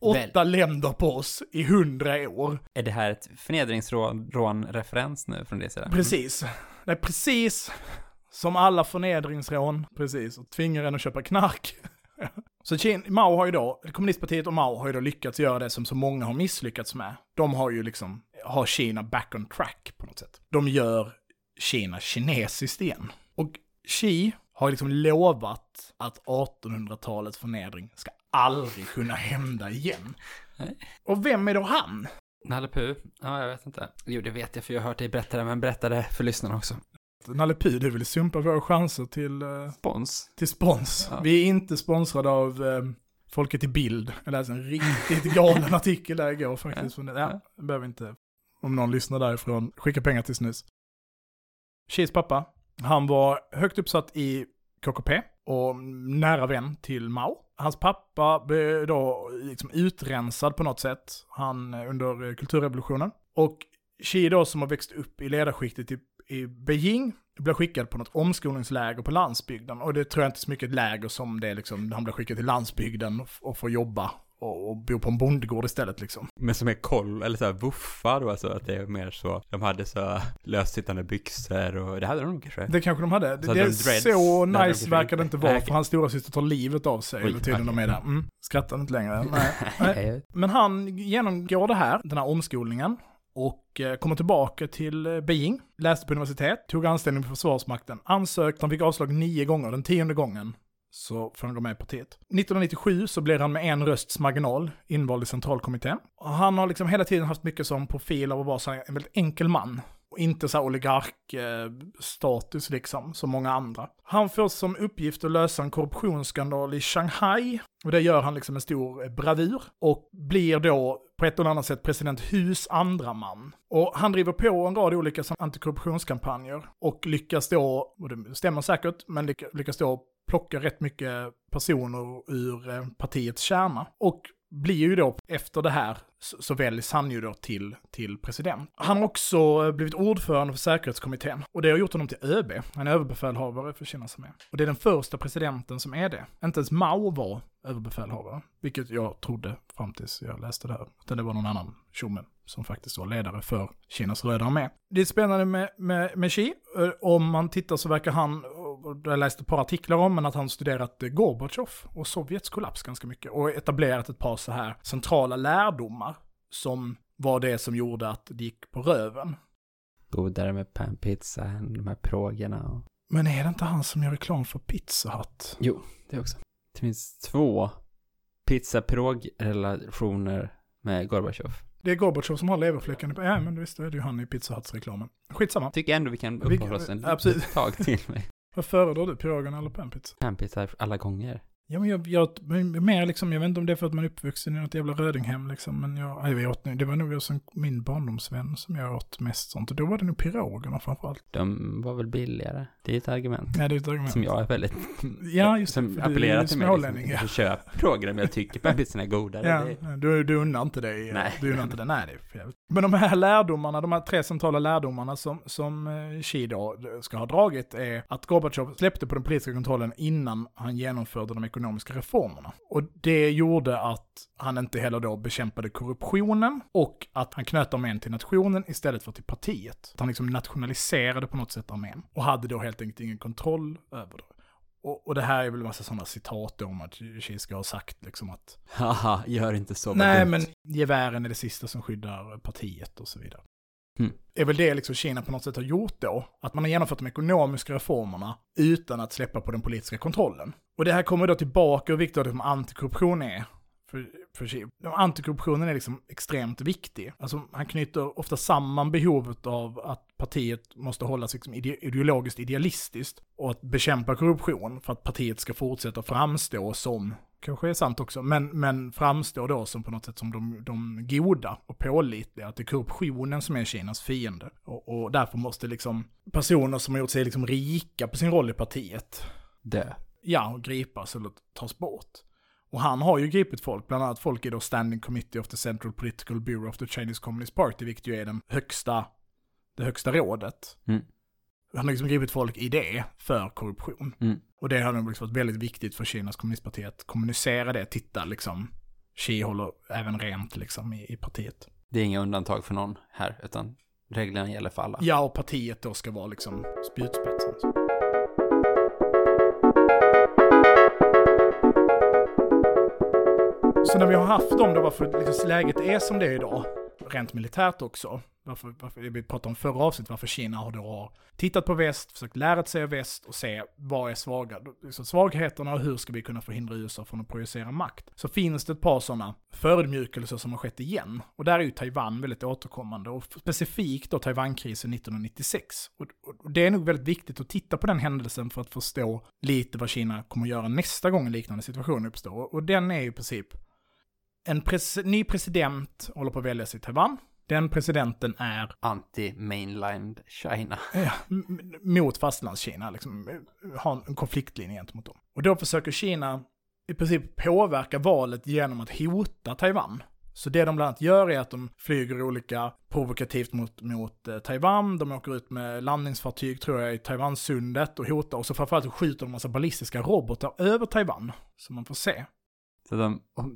åtta Väl. länder på oss i hundra år. Är det här ett förnedringsrån-referens nu från det sidan? Precis. Det är precis som alla förnedringsrån. Precis. Och tvingar en att köpa knark. Så Kina, Mao har ju då, kommunistpartiet och Mao har ju då lyckats göra det som så många har misslyckats med. De har ju liksom, har Kina back on track på något sätt. De gör Kina kinesiskt igen. Och Xi har liksom lovat att artonhundratalets förnedring ska aldrig kunna hända igen. Nej. Och vem är då han? Nalle Puh? Ja, jag vet inte. Jo, det vet jag för jag har hört dig berätta det, men berätta det för lyssnarna också. Nalle Puh, du vill sumpa våra chanser till... Uh, spons. Till spons. Ja. Vi är inte sponsrade av uh, Folket i Bild. Jag läste en riktigt galen artikel där igår faktiskt. Ja, ja. Jag behöver inte, om någon lyssnar därifrån, skicka pengar till snus. Xis pappa, han var högt uppsatt i K K P och nära vän till Mao. Hans pappa blev då liksom utrensad på något sätt han, under kulturrevolutionen. Och Xi då, som har växt upp i ledarskiktet i, i Beijing, blev skickad på något omskolningsläger på landsbygden. Och det tror jag inte så mycket ett läger som det liksom, han blev skickad till landsbygden och, och får jobba och, och bo på en bondgård istället liksom. Men som är koll, eller så här wuffa då, alltså att det är mer så, de hade så lössittande byxor och det hade de nog kanske. Det kanske de hade. Så det de så nice verkar det inte vara, för hans stora syster tar livet av sig under tiden de är där. Mm. Skrattar inte längre. Nej. Nej. Men han genomgår det här, den här omskolningen. Och kommer tillbaka till Beijing, läste på universitet, tog anställning på Försvarsmakten, ansökte, han fick avslag nio gånger, den tionde gången så får han gå med i partiet. nittonhundranittiosju så blev han med en rösts marginal invald i centralkommittén. Och han har liksom hela tiden haft mycket som profil av att vara så en väldigt enkel man. Och inte så oligarkstatus liksom, som många andra. Han får som uppgift att lösa en korruptionsskandal i Shanghai. Och det gör han liksom en stor bravur. Och blir då på ett eller annat sätt president Hus andra man. Och han driver på en rad olika antikorruptionskampanjer. Och lyckas då, och det stämmer säkert, men lyckas då plocka rätt mycket personer ur partiets kärna. Och blir ju då efter det här så, så väljs han ju då till, till president. Han har också blivit ordförande för säkerhetskommittén. Och det har gjort honom till ÖB. Han är överbefälhavare för Kinas armé. Och det är den första presidenten som är det. Inte ens Mao var överbefälhavare. Vilket jag trodde fram tills jag läste det här. Utan det var någon annan tjomme som faktiskt var ledare för Kinas röda armé. Det är spännande med, med, med Xi. Om man tittar så verkar han, jag läste ett par artiklar om, men att han studerat Gorbatjov och Sovjets kollaps ganska mycket. Och etablerat ett par så här centrala lärdomar som var det som gjorde att det gick på röven. Godare med panpizza, de här frågorna. Och... Men är det inte han som gör reklam för Pizza Hut? Jo, det också. Det finns två pizzapirog-relationer med Gorbatjov. Det är Gorbatjov som har leverfläcken. Ja, men visst, då är det ju han i Pizza Huts-reklamen. Skitsamma. Tycker ändå vi kan uppehålla oss en litet tag till mig. Vad föredrar du, pirogen eller panpizza? Panpizza alla gånger. Ja, men jag, jag, mer liksom, jag vet inte om det är för att man är uppvuxen i något jävla Rödinghem liksom, men jag, jag åt, det var nog som min barndomsvän som jag åt mest sånt, och då var det nog pirogerna framförallt. De var väl billigare, det är ett argument. Ja, det är ett argument. Som jag är väldigt, ja, just som det, appellerar till mig, liksom, ja. Jag köper pirogerna, men jag tycker panpizzorna är godare. Ja, det... du, du undrar inte dig. Nej. Du undrar inte det, nej, det är fel. Men de här lärdomarna, de här tre centrala lärdomarna som, som Xi då ska ha dragit är att Gorbatjov släppte på den politiska kontrollen innan han genomförde de ekonomiska reformerna. Och det gjorde att han inte heller då bekämpade korruptionen och att han knöt armén till nationen istället för till partiet. Att han liksom nationaliserade på något sätt armén och hade då helt enkelt ingen kontroll över det. Och, och det här är väl en massa sådana citat om att Xi ska ha sagt liksom att haha, gör inte så. Nej, men gevären är det sista som skyddar partiet och så vidare. Mm. Är väl det liksom Kina på något sätt har gjort då, att man har genomfört de ekonomiska reformerna utan att släppa på den politiska kontrollen. Och det här kommer då tillbaka hur viktigt att antikorruption är för, för Xi. Antikorruptionen är liksom extremt viktig. Alltså han knyter ofta samman behovet av att partiet måste hållas liksom ide- ideologiskt idealistiskt och att bekämpa korruption för att partiet ska fortsätta framstå som, kanske är sant också, men, men framstår då som på något sätt som de, de goda och pålitliga, att det är korruptionen som är Kinas fiende. Och, och därför måste liksom personer som har gjort sig liksom rika på sin roll i partiet dö. Ja, och gripas eller tas bort. Och han har ju gripit folk, bland annat folk i då Standing Committee of the Central Political Bureau of the Chinese Communist Party, vilket ju är den högsta, det högsta rådet. Mm. Han har liksom gripit folk i det för korruption. Mm. Och det har nog liksom varit väldigt viktigt för Kinas kommunistparti att kommunicera det, titta liksom, Xi håller även rent liksom i, i partiet. Det är inga undantag för någon här, utan reglerna gäller för alla. Ja, och partiet då ska vara liksom spjutspetsen. Så när vi har haft dem då, varför liksom läget är som det är idag, rent militärt också, varför, varför vi pratade om förra avsnitt, varför Kina har då tittat på väst, försökt lära sig av väst och se vad är svaga, så svagheterna och hur ska vi kunna förhindra U S A från att projicera makt. Så finns det ett par sådana förödmjukelser som har skett igen. Och där är ju Taiwan väldigt återkommande, och specifikt då Taiwankrisen nittonhundranittiosex. Och, och det är nog väldigt viktigt att titta på den händelsen för att förstå lite vad Kina kommer att göra nästa gång en liknande situation uppstår. Och den är ju i princip en pres- ny president håller på att väljas i Taiwan. Den presidenten är anti-mainland China. Ja, m- mot fastlandskina, liksom, har en konfliktlinje gentemot dem. Och då försöker Kina i princip påverka valet genom att hota Taiwan. Så det de bland annat gör är att de flyger olika provokativt mot, mot eh, Taiwan. De åker ut med landningsfartyg, tror jag, i Taiwansundet och hotar. Och så framförallt skjuter de en massa ballistiska robotar över Taiwan, som man får se. Så de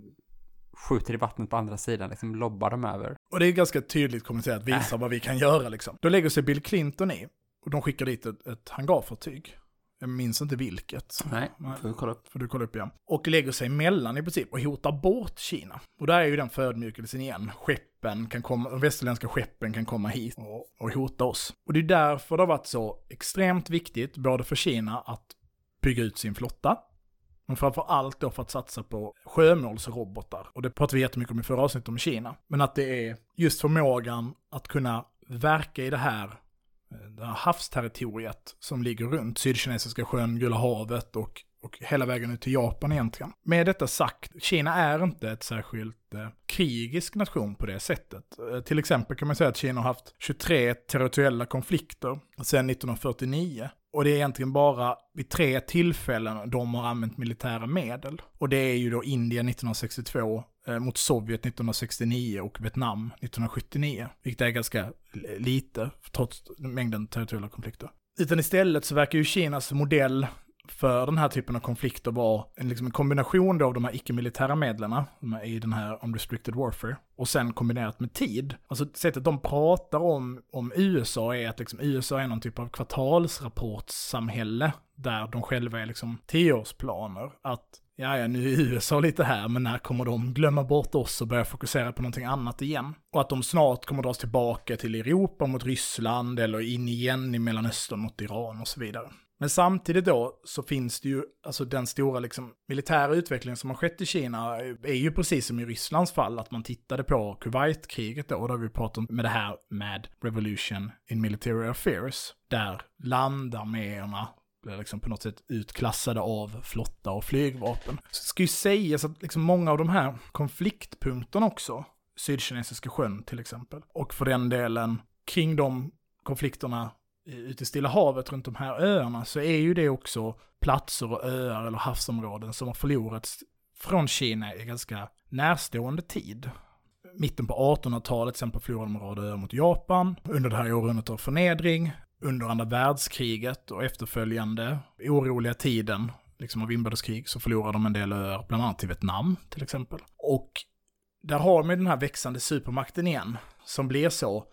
skjuter i vattnet på andra sidan, liksom lobbar de över. Och det är ganska tydligt kommenterat, visa äh. vad vi kan göra liksom. Då lägger sig Bill Clinton i, och de skickar dit ett, ett hangarfartyg. Jag minns inte vilket. Nej, får du kolla upp. Får du kolla upp igen. Och lägger sig emellan i princip och hotar bort Kina. Och där är ju den förödmjukelsen igen. Skeppen kan komma, de västerländska skeppen kan komma hit och, och hota oss. Och det är därför det har varit så extremt viktigt, både för Kina att bygga ut sin flotta, men framför allt då för att satsa på sjömålsrobotar. Och det pratar vi jättemycket om i förra avsnittet om Kina. Men att det är just förmågan att kunna verka i det här, det här havsterritoriet som ligger runt Sydkinesiska sjön, Gula havet och, och hela vägen ut till Japan egentligen. Med detta sagt, Kina är inte ett särskilt eh, krigisk nation på det sättet. Eh, till exempel kan man säga att Kina har haft tjugotre territoriella konflikter sedan nittonhundrafyrtionio. Och det är egentligen bara vid tre tillfällen de har använt militära medel. Och det är ju då Indien nittonhundrasextiotvå, eh, mot Sovjet nittonhundrasextionio och Vietnam nittonhundrasjuttionio. Vilket är ganska lite, trots mängden territoriella konflikter. Utan istället så verkar ju Kinas modell för den här typen av konflikter vara en, liksom en kombination då av de här icke-militära medlen i den här unrestricted warfare, och sen kombinerat med tid. Alltså sättet de pratar om, om U S A är att liksom U S A är någon typ av kvartalsrapportsamhälle där de själva är liksom tioårsplaner. Att ja, ja, nu är U S A lite här, men när kommer de glömma bort oss och börja fokusera på någonting annat igen? Och att de snart kommer dras tillbaka till Europa mot Ryssland eller in igen i Mellanöstern mot Iran och så vidare. Men samtidigt då så finns det ju, alltså den stora liksom militära utvecklingen som har skett i Kina är ju precis som i Rysslands fall, att man tittade på Kuwait-kriget då, och där vi pratar om med det här med Revolution in Military Affairs, där landarméerna blir liksom på något sätt utklassade av flotta och flygvapen. Så det ska ju sägas att liksom många av de här konfliktpunkterna också, Sydkinesiska sjön till exempel, och för den delen kring de konflikterna ute i Stilla havet runt de här öarna, så är ju det också platser och öar eller havsområden som har förlorats från Kina i ganska närstående tid. Mitten på artonhundratalet till exempel förlorade de en rad öar mot Japan, under det här århundradet av förnedring, under andra världskriget och efterföljande oroliga tiden liksom av inbördeskrig, så förlorade de en del öar, bland annat till Vietnam till exempel. Och där har vi den här växande supermakten igen, som blir så.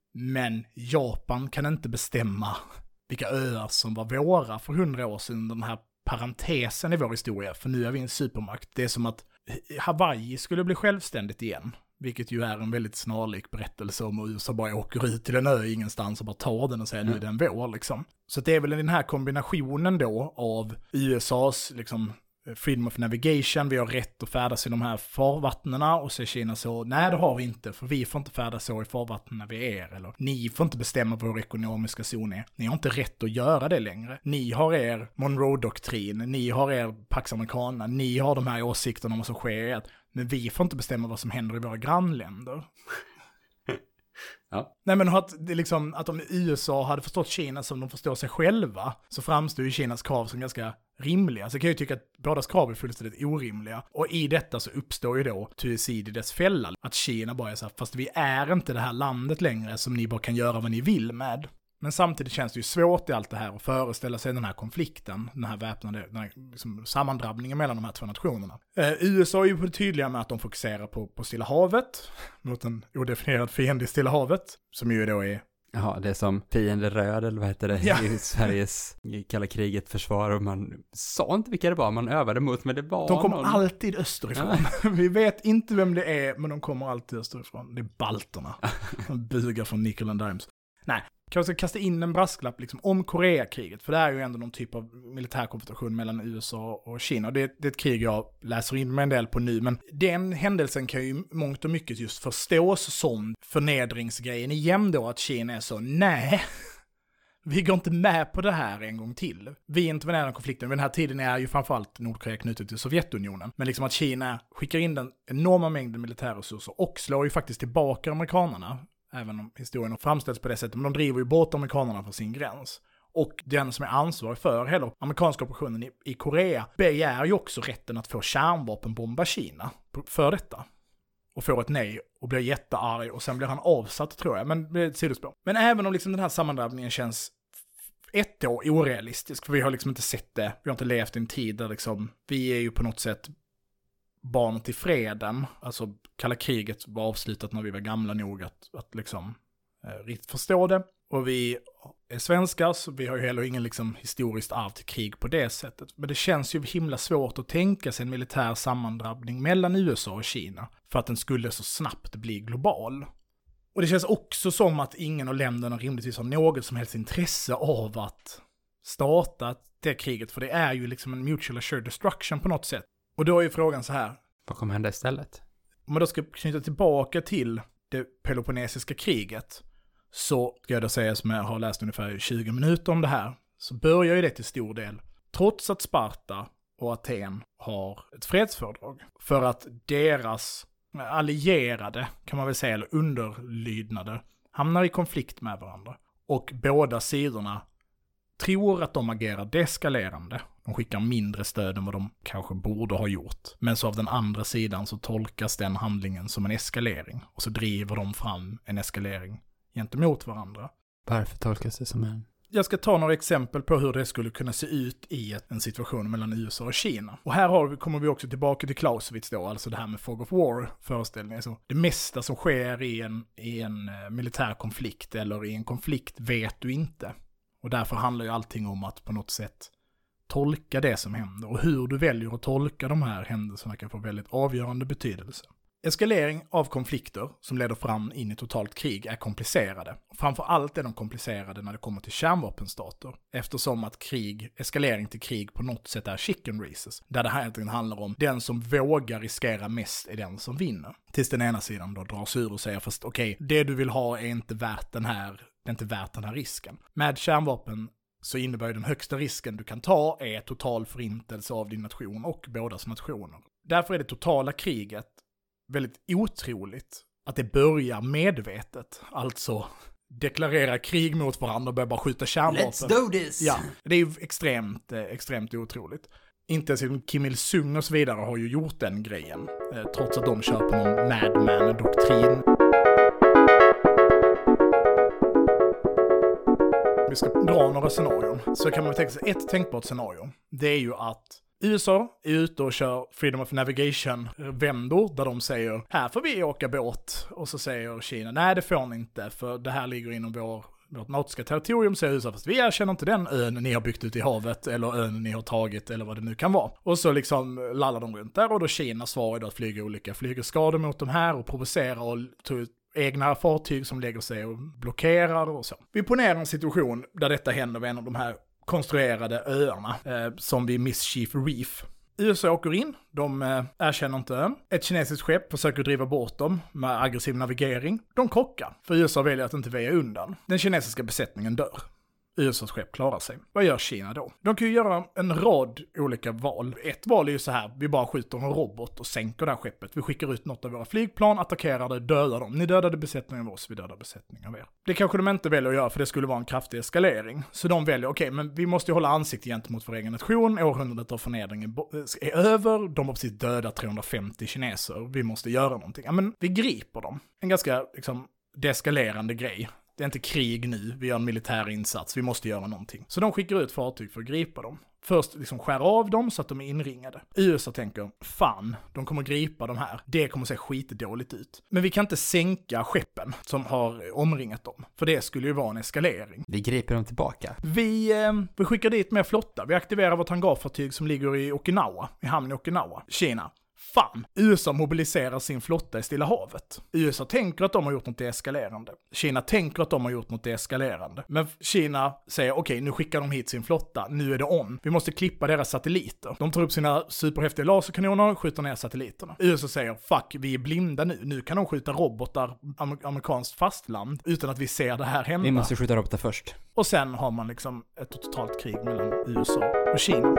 Men Japan kan inte bestämma vilka öar som var våra för hundra år sedan, den här parentesen i vår historia, för nu är vi en supermakt. Det är som att Hawaii skulle bli självständigt igen, vilket ju är en väldigt snarlik berättelse om U S A bara åker ut till en ö ingenstans och bara tar den och säger mm. nu är den vår liksom. Så det är väl den här kombinationen då av U S A's liksom freedom of navigation, vi har rätt att färdas i de här farvattnena, och så är Kina så, nej det har vi inte, för vi får inte färdas så i farvattnen vi är, eller ni får inte bestämma vad vår ekonomiska zon är, ni har inte rätt att göra det längre, ni har er Monroe-doktrin, ni har er Pax Americana, ni har de här åsikterna om vad som sker, men vi får inte bestämma vad som händer i våra grannländer. Ja. Nej, men att, det liksom, att om U S A hade förstått Kina som de förstår sig själva, så framstår ju Kinas krav som ganska rimliga. Så jag kan ju tycka att bådas krav är fullständigt orimliga. Och i detta så uppstår ju då Thucydides fälla. Att Kina bara är så här, fast vi är inte det här landet längre som ni bara kan göra vad ni vill med. Men samtidigt känns det ju svårt i allt det här att föreställa sig den här konflikten, den här väpnade den här, liksom, sammandrabbningen mellan de här två nationerna. Eh, U S A är ju tydliga med att de fokuserar på, på Stilla havet, mot en odefinierad fiende i Stilla havet, som ju då är... Ja, det är som fiende röd, eller vad heter det, ja. i Sveriges kalla kriget försvar, och man sa inte vilka det var man övade mot, men det var De kommer någon... alltid österifrån. Ja. Vi vet inte vem det är, men de kommer alltid österifrån. Det är balterna. De bugar från nickel and dimes. Nej, kanske kasta in en brasklapp liksom, om Koreakriget, för det är ju ändå någon typ av militär konfrontation mellan U S A och Kina. Det, det är ett krig jag läser in mig en del på nu, men den händelsen kan ju mångt och mycket just förstås som förnedringsgrejen igen då, att Kina är så, nej, vi går inte med på det här en gång till. Vi intervenerar i konflikten. Vid den här tiden är ju framförallt Nordkorea knutet till Sovjetunionen. Men liksom att Kina skickar in den enorma mängden militärresurser och slår ju faktiskt tillbaka amerikanerna. Även om historien har framställts på det sättet. Men de driver ju bort amerikanerna från sin gräns. Och den som är ansvarig för hela amerikanska operationen i, i Korea begär ju också rätten att få kärnvapenbomba Kina för detta. Och får ett nej och blir jättearg och sen blir han avsatt, tror jag. Men det är ett sidospår. Men även om liksom den här sammandrabbningen känns ett år orealistisk, för vi har liksom inte sett det. Vi har inte levt i en tid där liksom, vi är ju på något sätt barn till freden. Alltså kalla kriget var avslutat när vi var gamla nog att, att liksom eh, riktigt förstå det. Och vi är svenskar, så vi har ju heller ingen liksom historiskt arv till krig på det sättet. Men det känns ju himla svårt att tänka sig en militär sammandrabbning mellan U S A och Kina för att den skulle så snabbt bli global. Och det känns också som att ingen av länderna rimligtvis har något som helst intresse av att starta det kriget, för det är ju liksom en mutual assured destruction på något sätt. Och då är ju frågan så här. Vad kommer hända istället? Om man då ska knyta tillbaka till det peloponnesiska kriget, så ska jag då säga, som jag har läst ungefär tjugo minuter om det här, så börjar ju det till stor del, trots att Sparta och Aten har ett fredsfördrag, för att deras allierade, kan man väl säga, eller underlydnader, hamnar i konflikt med varandra. Och båda sidorna tror att de agerar deskalerande. De skickar mindre stöd än vad de kanske borde ha gjort. Men så av den andra sidan så tolkas den handlingen som en eskalering. Och så driver de fram en eskalering gentemot varandra. Varför tolkas det som en? Jag ska ta några exempel på hur det skulle kunna se ut i en situation mellan U S A och Kina. Och här har vi, kommer vi också tillbaka till Clausewitz då, alltså det här med fog of war-föreställningen. Så det mesta som sker i en, i en militär konflikt eller i en konflikt vet du inte. Och därför handlar ju allting om att på något sätt tolka det som händer. Och hur du väljer att tolka de här händelserna kan få väldigt avgörande betydelse. Eskalering av konflikter som leder fram in i totalt krig är komplicerade. Och framför allt är de komplicerade när det kommer till kärnvapenstater. Eftersom att krig, eskalering till krig på något sätt är chicken races. Där det här egentligen handlar om den som vågar riskera mest är den som vinner. Tills den ena sidan då drar sig ur och säger fast okej, okay, det du vill ha är inte värt den här, det är inte värt den här risken. Med kärnvapen så innebär ju den högsta risken du kan ta är total förintelse av din nation och bådas nationer. Därför är det totala kriget väldigt otroligt att det börjar medvetet. Alltså deklarera krig mot varandra och börja bara skjuta kärnvapen. Let's do this! Ja, det är ju extremt, extremt otroligt. Inte ens Kim Il-Sung och så vidare har ju gjort den grejen. Trots att de kör på någon madman-doktrin. Vi ska dra några scenarion. Så kan man tänka sig ett tänkbart scenario. Det är ju att U S A är ute och kör Freedom of Navigation-vändor där de säger här får vi åka båt. Och så säger Kina nej det får ni inte för det här ligger inom vår, vårt nautiska territorium, säger U S A, fast vi erkänner inte den ön ni har byggt ut i havet eller ön ni har tagit eller vad det nu kan vara. Och så liksom lallar de runt där och då Kina svarar då att flyga olika flygerskador mot de här och provocera och ta ut egna fartyg som lägger sig och blockerar och så. Vi ponerar en situation där detta händer med en av de här konstruerade öarna eh, som vid Mischief Reef. U S A åker in, de eh, erkänner inte ön. Ett kinesiskt skepp försöker driva bort dem med aggressiv navigering. De krockar, för U S A väljer att inte väja undan. Den kinesiska besättningen dör. U S A:s skepp klarar sig. Vad gör Kina då? De kan ju göra en rad olika val. Ett val är ju så här, vi bara skjuter en robot och sänker det här skeppet. Vi skickar ut något av våra flygplan, attackerar det, dödar dem. Ni dödade besättningen av oss, vi dödar besättningen av er. Det kanske de inte väljer att göra för det skulle vara en kraftig eskalering. Så de väljer, okej, okay, men vi måste ju hålla ansikte gentemot vår egen nation. Århundradet av förnedring är över. De har precis dödat trehundrafemtio kineser. Vi måste göra någonting. Ja, men vi griper dem. En ganska, liksom, deskalerande grej. det är inte krig nu, vi gör en militär insats, vi måste göra någonting. Så de skickar ut fartyg för att gripa dem. Först liksom skär av dem så att de är inringade. U S A tänker, fan, de kommer gripa de här. Det kommer se skitdåligt ut. Men vi kan inte sänka skeppen som har omringat dem. För det skulle ju vara en eskalering. Vi griper dem tillbaka. Vi, eh, vi skickar dit mer flotta. Vi aktiverar vårt hangarfartyg som ligger i Okinawa, i hamn i Okinawa, Kina. Fan, U S A mobiliserar sin flotta i Stilla havet. U S A tänker att de har gjort något eskalerande. Kina tänker att de har gjort något eskalerande. Men Kina säger, okej, okay, nu skickar de hit sin flotta. Nu är det on. Vi måste klippa deras satelliter. De tar upp sina superhäftiga laserkanoner och skjuter ner satelliterna. U S A säger, fuck, vi är blinda nu. Nu kan de skjuta robotar, amer- amerikanskt fastland, utan att vi ser det här hända. Vi måste skjuta robotar först. Och sen har man liksom ett totalt krig mellan U S A och Kina.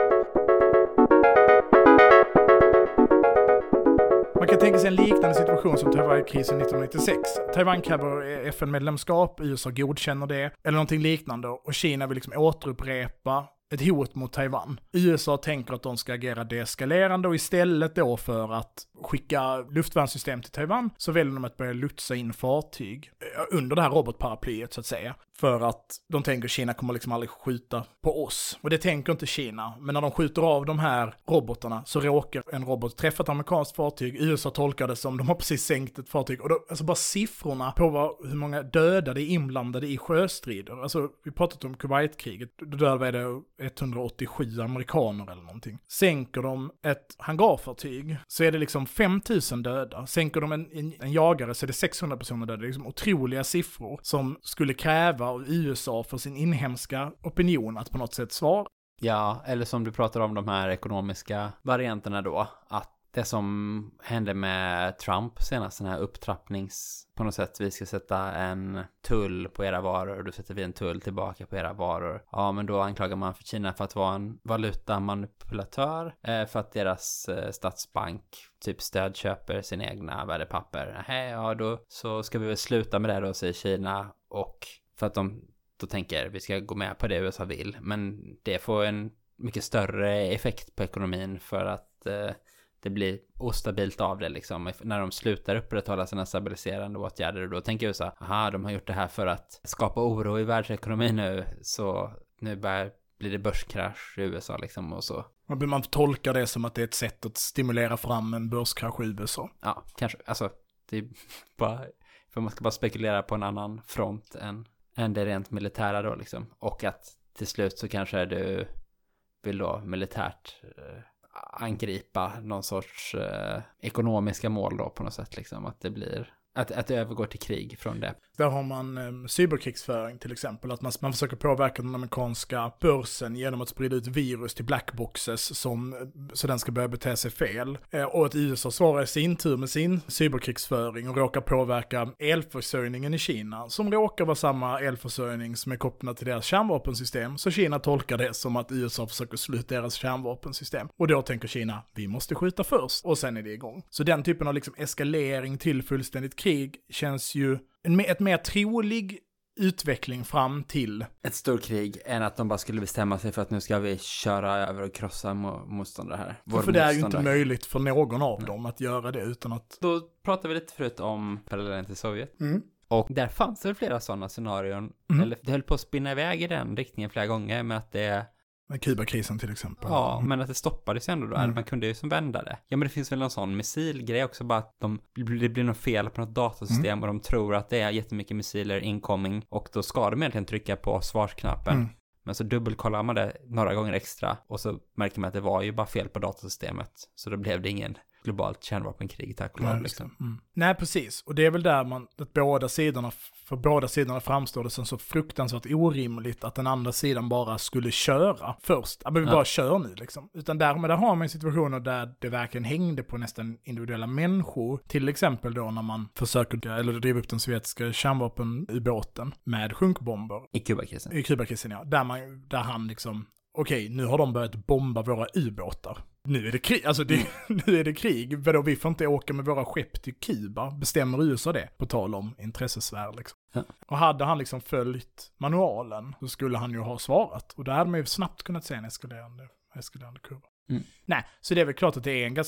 Man kan tänka sig en liknande situation som Taiwan-krisen nittonhundranittiosex. Taiwan kräver F N-medlemskap, U S A godkänner det, eller någonting liknande, och Kina vill liksom återupprepa ett hot mot Taiwan. U S A tänker att de ska agera deeskalerande, och istället då för att skicka luftvärnssystem till Taiwan så väljer de att börja lotsa in fartyg under det här robotparaplyet så att säga. För att de tänker att Kina kommer liksom aldrig skjuta på oss. Och det tänker inte Kina. Men när de skjuter av de här robotarna så råkar en robot träffa ett amerikanskt fartyg. U S A tolkar det som de har precis sänkt ett fartyg. Och då, alltså bara siffrorna på vad, hur många dödade är inblandade i sjöstrider. Alltså vi pratat om Kuwait-kriget. Då dödade det etthundraåttiosju amerikaner eller någonting. Sänker de ett hangarfartyg så är det liksom fem tusen döda. Sänker de en, en, en jagare så är det sexhundra personer döda. Det är liksom otroliga siffror som skulle kräva av U S A för sin inhemska opinion att på något sätt svara. Ja, eller som du pratar om de här ekonomiska varianterna då, att det som hände med Trump senast, den här upptrappnings, på något sätt, vi ska sätta en tull på era varor och då sätter vi en tull tillbaka på era varor. Ja, men då anklagar man för Kina för att vara en valutamanipulatör, eh, för att deras eh, statsbank typ stödköper sina egna värdepapper. Hej, ja då så ska vi väl sluta med det då, säger Kina, och för att de då tänker vi ska gå med på det U S A vill, men det får en mycket större effekt på ekonomin för att eh, det blir ostabilt av det liksom. När de slutar upprätthålla sina stabiliserande åtgärder, och då tänker U S A, aha, de har gjort det här för att skapa oro i världsekonomin nu, så nu börjar blir det börskrasch i U S A liksom, och så. Man, man tolkar det som att det är ett sätt att stimulera fram en börskrasch i U S A. Ja, kanske. Alltså, det är bara, för man ska bara spekulera på en annan front än, än det rent militära då liksom. Och att till slut så kanske du vill då militärt eh, angripa någon sorts eh, ekonomiska mål då på något sätt liksom, att det blir att, att det övergår till krig från det. Där har man eh, cyberkrigsföring till exempel, att man, man försöker påverka den amerikanska börsen genom att sprida ut virus till blackboxes som, så den ska börja bete sig fel. Eh, och att U S A svarar i sin tur med sin cyberkrigsföring och råkar påverka elförsörjningen i Kina, som råkar vara samma elförsörjning som är kopplad till deras kärnvapensystem. Så Kina tolkar det som att U S A försöker sluta deras kärnvapensystem. Och då tänker Kina, vi måste skjuta först, och sen är det igång. Så den typen av liksom eskalering till fullständigt krig känns ju en, ett mer trolig utveckling fram till ett storkrig än att de bara skulle bestämma sig för att nu ska vi köra över och krossa motståndare här. Vår för det är ju inte möjligt för någon av Nej. dem att göra det utan att... Då pratar vi lite förut om parallellen till Sovjet. Mm. Och där fanns det flera sådana scenarion. Mm. Eller det höll på att spinna iväg i den riktningen flera gånger med att det... Med Kubakrisen till exempel. Ja, men att det stoppades ändå då. Mm. Man kunde ju som vända det. Ja, men det finns väl någon sån missilgrej också, bara att de, det blir något fel på något datasystem mm. och de tror att det är jättemycket missiler incoming, och då ska de egentligen trycka på svarsknappen. Mm. Men så dubbelkollar man det några gånger extra och så märker man att det var ju bara fel på datasystemet. Så då blev det ingen globalt kärnvapenkrig, tack och lov. Liksom. Mm. Nej, precis. Och det är väl där man, att båda sidorna, för båda sidorna framstår det som så fruktansvärt orimligt att den andra sidan bara skulle köra först. Ja, men vi ja. bara kör nu liksom. Utan där, men där har man situationer där det verkligen hängde på nästan individuella människor. Till exempel då när man försöker, eller driva upp den sovjetiska kärnvapenubåten med sjunkbomber. I Kubakrisen. I Kubakrisen, ja. Där, man, där han liksom, okej, okay, nu har de börjat bomba våra ubåtar. Nu är det krig, alltså det, mm. nu är det krig. Vadå, vi får inte åka med våra skepp till Kuba. Bestämmer U S A det? På tal om intressesfär liksom. Ja. Och hade han liksom följt manualen så skulle han ju ha svarat. Och där hade man ju snabbt kunnat se en eskalerande, eskalerande kurva. Mm. Nej, så det är väl klart att det är en ganska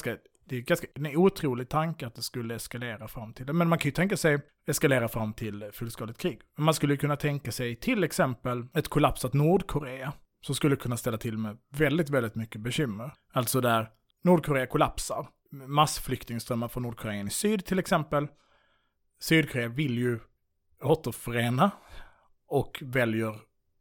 Det är ganska en otrolig tanke att det skulle eskalera fram till det. Men man kan ju tänka sig eskalera fram till fullskaligt krig. Men man skulle kunna tänka sig till exempel ett kollapsat Nordkorea som skulle kunna ställa till med väldigt, väldigt mycket bekymmer. Alltså där Nordkorea kollapsar. Massflyktingströmmar från Nordkorea i syd till exempel. Sydkorea vill ju återförena och väljer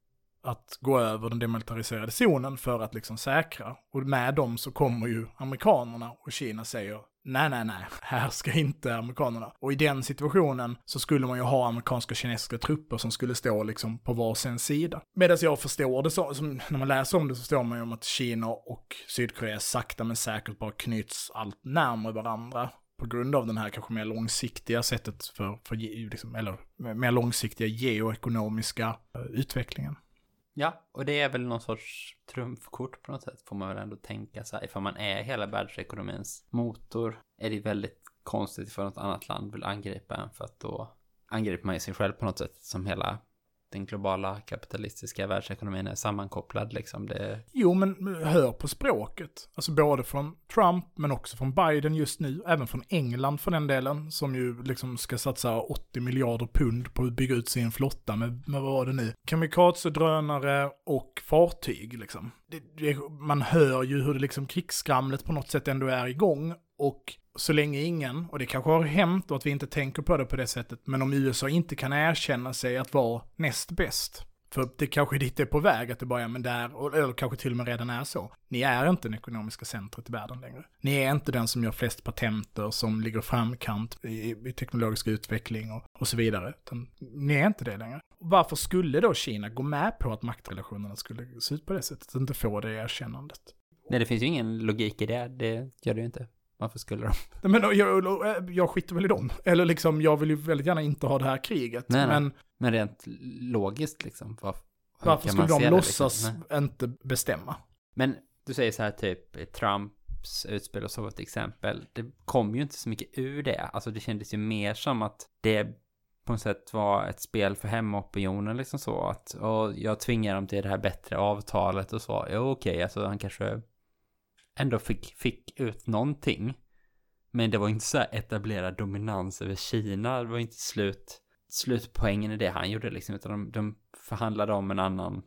att gå över den demilitariserade zonen för att liksom säkra. Och med dem så kommer ju amerikanerna och Kina säger nej, nej, nej, här ska inte amerikanerna. Och i den situationen så skulle man ju ha amerikanska och kinesiska trupper som skulle stå liksom på varsin sida. Medan jag förstår det så, som när man läser om det så förstår man ju om att Kina och Sydkorea sakta men säkert bara knyts allt närmare varandra. På grund av den här kanske mer långsiktiga sättet för, för liksom, eller mer långsiktiga geoekonomiska uh, utvecklingen. Ja, och det är väl någon sorts trumfkort på något sätt, får man väl ändå tänka sig. Ifall man är hela världsekonomins motor är det väldigt konstigt för något annat land vill angripa en, för att då angriper man ju sig själv på något sätt, som hela den globala kapitalistiska världsekonomin är sammankopplad liksom. Det... Jo, men hör på språket. Alltså både från Trump men också från Biden just nu, även från England för den delen, som ju liksom ska satsa åttio miljarder pund på att bygga ut sin flotta med, med vad var det nu? Kamikaze-drönare och fartyg liksom. Det, det, man hör ju hur det liksom krigsskramlet på något sätt ändå är igång, och så länge ingen, och det kanske har hänt och att vi inte tänker på det på det sättet, men om U S A inte kan erkänna sig att vara näst bäst, för det kanske dit är på väg att det bara är, men där, eller kanske till och med redan är så. Ni är inte den ekonomiska centret i världen längre. Ni är inte den som gör flest patenter, som ligger framkant i, i teknologisk utveckling och, och så vidare. Utan ni är inte det längre. Varför skulle då Kina gå med på att maktrelationerna skulle se ut på det sättet, att inte få det erkännandet? Nej, det finns ju ingen logik i det. Det gör det ju inte. Varför skulle de? Men jag, jag skiter väl i dem. Eller liksom, jag vill ju väldigt gärna inte ha det här kriget. Nej, men, nej. men rent logiskt liksom. Var, varför skulle de låtsas liksom? inte bestämma? Men du säger så här typ Trumps utspel och så ett exempel. Det kom ju inte så mycket ur det. Alltså det kändes ju mer som att det på något sätt var ett spel för hemmaopinionen liksom så. Att och jag tvingar dem till det här bättre avtalet och så. Ja okej, okay, alltså han kanske ändå fick, fick ut någonting. Men det var inte så här etablerad dominans över Kina. Det var inte slut, slutpoängen i det han gjorde liksom. Utan de, de förhandlade om en annan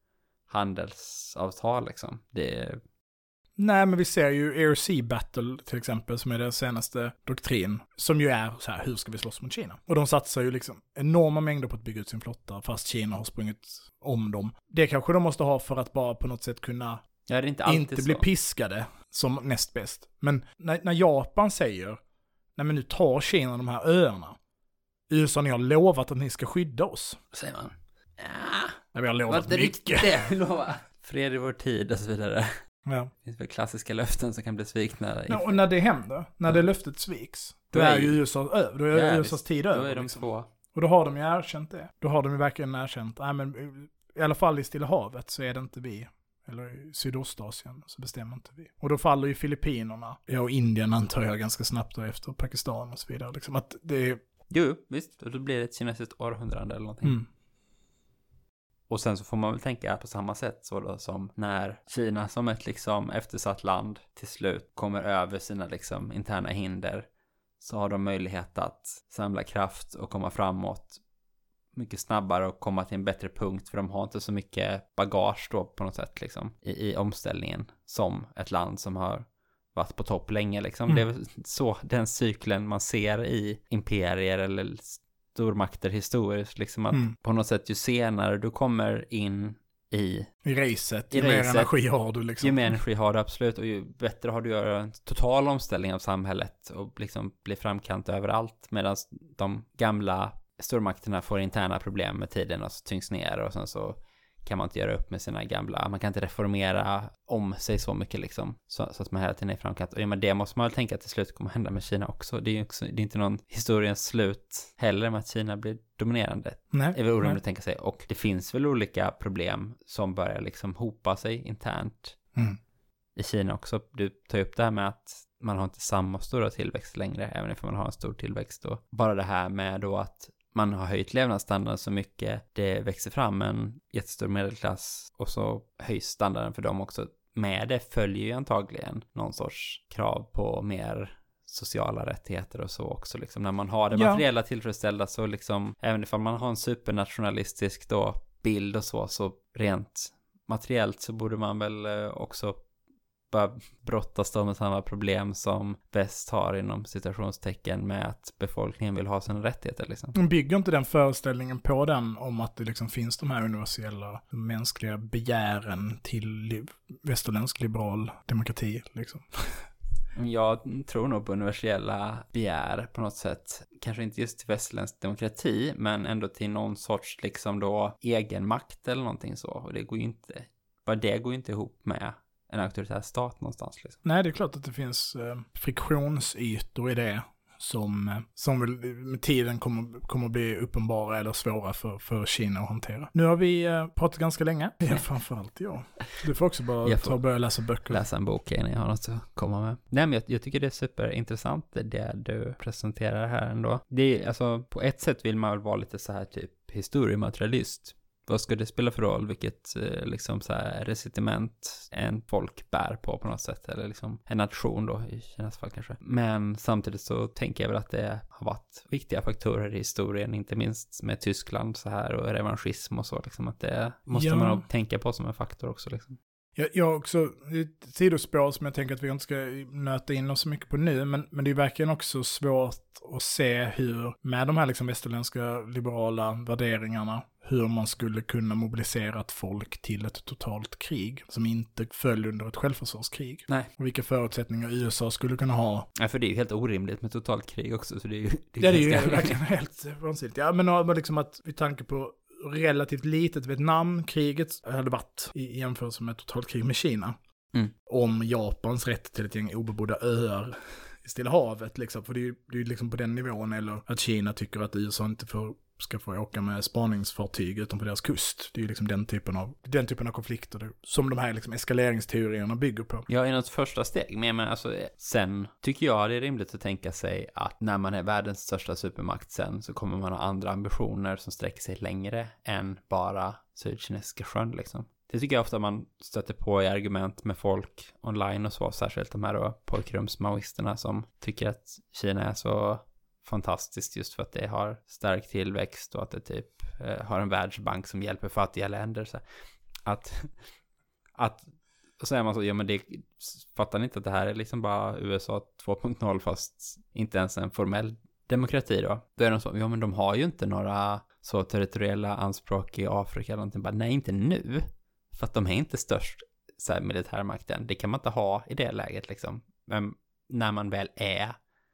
handelsavtal liksom. Det... Nej, men vi ser ju Air Sea Battle till exempel, som är den senaste doktrin, som ju är så här, hur ska vi slåss mot Kina? Och de satsar ju liksom enorma mängder på att bygga ut sin flotta, fast Kina har sprungit om dem. Det kanske de måste ha för att bara på något sätt kunna ja, det är inte, inte bli piskade som näst bäst. Men när, när Japan säger, nej men nu tar Kina de här öarna, U S A, ni har lovat att ni ska skydda oss. Säger man. Ja. Nej, vi har lovat det mycket. Det vi lovar. Fred i vår tid och så vidare. Ja. Det finns väl klassiska löften som kan bli svikna. Ja, och när det händer, när det löftet sviks, då, då är ju U S A över. Då är ja, U S A's tid över. Då är de liksom. två. Och då har de ju erkänt det. Då har de ju verkligen erkänt. Nej, men i alla fall i Stilla havet så är det inte vi. Eller i Sydostasien så bestämmer inte vi. Och då faller ju Filippinerna. Ja, och Indien antar jag ganska snabbt då efter Pakistan och så vidare. Liksom att det är... Jo, visst. Och då blir det ett kinesiskt århundrade eller någonting. Mm. Och sen så får man väl tänka på samma sätt så då, som när Kina som ett liksom eftersatt land till slut kommer över sina liksom interna hinder, så har de möjlighet att samla kraft och komma framåt mycket snabbare och komma till en bättre punkt, för de har inte så mycket bagage då på något sätt liksom i, i omställningen som ett land som har varit på topp länge liksom. Mm. Det är väl så den cykeln man ser i imperier eller stormakter historiskt liksom, att mm. på något sätt ju senare du kommer in i i racet, ju mer energi har du liksom. Ju mer energi har du absolut, och ju bättre har du att göra en total omställning av samhället och liksom bli framkant överallt, medan de gamla stormakterna får interna problem med tiden och så tyngs ner, och sen så kan man inte göra upp med sina gamla, man kan inte reformera om sig så mycket liksom, så, så att man hela tiden är framkant. Och ja, men det måste man väl tänka att till slut kommer hända med Kina också. Det är ju också, det är inte någon historiens slut heller med att Kina blir dominerande. Nej, det är väl orimligt att tänka sig. Och det finns väl olika problem som börjar liksom hopa sig internt mm. i Kina också. Du tar upp det här med att man har inte samma stora tillväxt längre, även om man har en stor tillväxt. Och bara det här med då att man har höjt levnadsstandarden så mycket, det växer fram en jättestor medelklass och så höjs standarden för dem också med det följer ju antagligen någon sorts krav på mer sociala rättigheter och så också liksom. När man har det materiella ja. tillfredsställda så liksom, även ifall man har en supernationalistisk då bild och så, så rent materiellt så borde man väl också bara brottas då med samma problem som väst har inom situationstecken med att befolkningen vill ha sina rättigheter liksom. Bygger inte den föreställningen på den om att det liksom finns de här universella mänskliga begären till västerländsk liberal demokrati liksom? Jag tror nog på universella begär på något sätt. Kanske inte just till västerländsk demokrati, men ändå till någon sorts liksom då egenmakt eller någonting så. Och det går ju inte, bara det går ju inte ihop med en auktoritär stat någonstans liksom. Nej, det är klart att det finns eh, friktionsytor i det som, som väl med tiden kommer, kommer bli uppenbara eller svåra för, för Kina att hantera. Nu har vi eh, pratat ganska länge. Ja, framförallt jag. Du får också bara ta och börja läsa böcker. Läsa en bok innan jag har något att komma med. Nej, men jag, jag tycker det är superintressant det du presenterar här ändå. Det är, alltså, på ett sätt vill man väl vara lite så här typ historiematerialist. Vad ska det spela för roll? Vilket eh, liksom så här recitiment en folk bär på på något sätt. Eller liksom en nation då i Kinas fall kanske. Men samtidigt så tänker jag väl att det har varit viktiga faktorer i historien. Inte minst med Tyskland så här och revanschism och så. Liksom, att det måste ja. man nog tänka på som en faktor också liksom. Jag, jag också, ett sidospår som jag tänker att vi inte ska nöta in oss så mycket på nu, men, men det är verkligen också svårt att se hur, med de här liksom västerländska liberala värderingarna, hur man skulle kunna mobilisera ett folk till ett totalt krig som inte följer under ett självförsvarskrig. Nej. Och vilka förutsättningar U S A skulle kunna ha. Ja, för det är ju helt orimligt med totalt krig också, så det är ju... Det är, ja, det är ju verkligen helt vansinnigt. Ja, men liksom att vi tanke på relativt litet Vietnamkriget hade varit i jämförelse med ett totalt krig med Kina. Mm. Om Japans rätt till ett gäng obebodda öar i Stilla havet liksom. För det är ju det är liksom på den nivån. Eller att Kina tycker att U S A inte får, ska få åka med spaningsfartyg utanför deras kust. Det är ju liksom den typen av, den typen av konflikter som de här liksom eskaleringsteorierna bygger på. Ja, i något första steg. Men, men alltså, sen tycker jag det är rimligt att tänka sig att när man är världens största supermakt sen så kommer man ha andra ambitioner som sträcker sig längre än bara Sydkinesiska sjön liksom. Det tycker jag ofta man stöter på i argument med folk online och så, särskilt de här då pojkrumsmaoisterna som tycker att Kina är så fantastiskt just för att det har stark tillväxt och att det typ eh, har en världsbank som hjälper fattiga länder. Så att, att och så är man så, ja men det fattar ni inte att det här är liksom bara U S A två punkt noll fast inte ens en formell demokrati då. Då är de så, ja men de har ju inte några så territoriella anspråk i Afrika eller någonting. Bara, nej, inte nu. För att de är inte störst så här, militärmakten. Det kan man inte ha i det läget liksom. Men när man väl är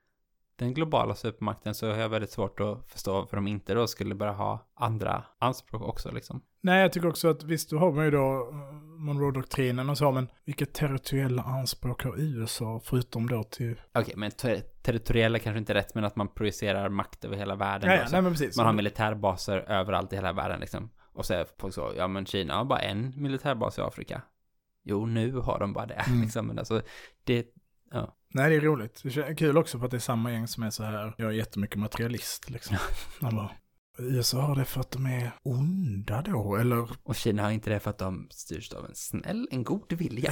den globala supermakten så har jag väldigt svårt att förstå varför de inte då skulle bara ha andra anspråk också liksom. Nej, jag tycker också att visst, du har man ju då Monroe-doktrinen och så, men vilka territoriella anspråk har U S A förutom då till... Okej, okay, men ter- territoriella kanske inte är rätt, men att man projicerar makt över hela världen. Ja, ja, nej, men precis. Man har militärbaser överallt i hela världen liksom. Och så är folk så, ja men Kina har bara en militärbas i Afrika. Jo, nu har de bara det. Mm. Liksom. Men alltså, det... Ja. Nej, det är roligt. Det är kul också för att det är samma gäng som är så här, jag är jättemycket materialist liksom. Bara, U S A har det för att de är onda då, eller? Och Kina har inte det för att de styrs av en snäll, en god vilja.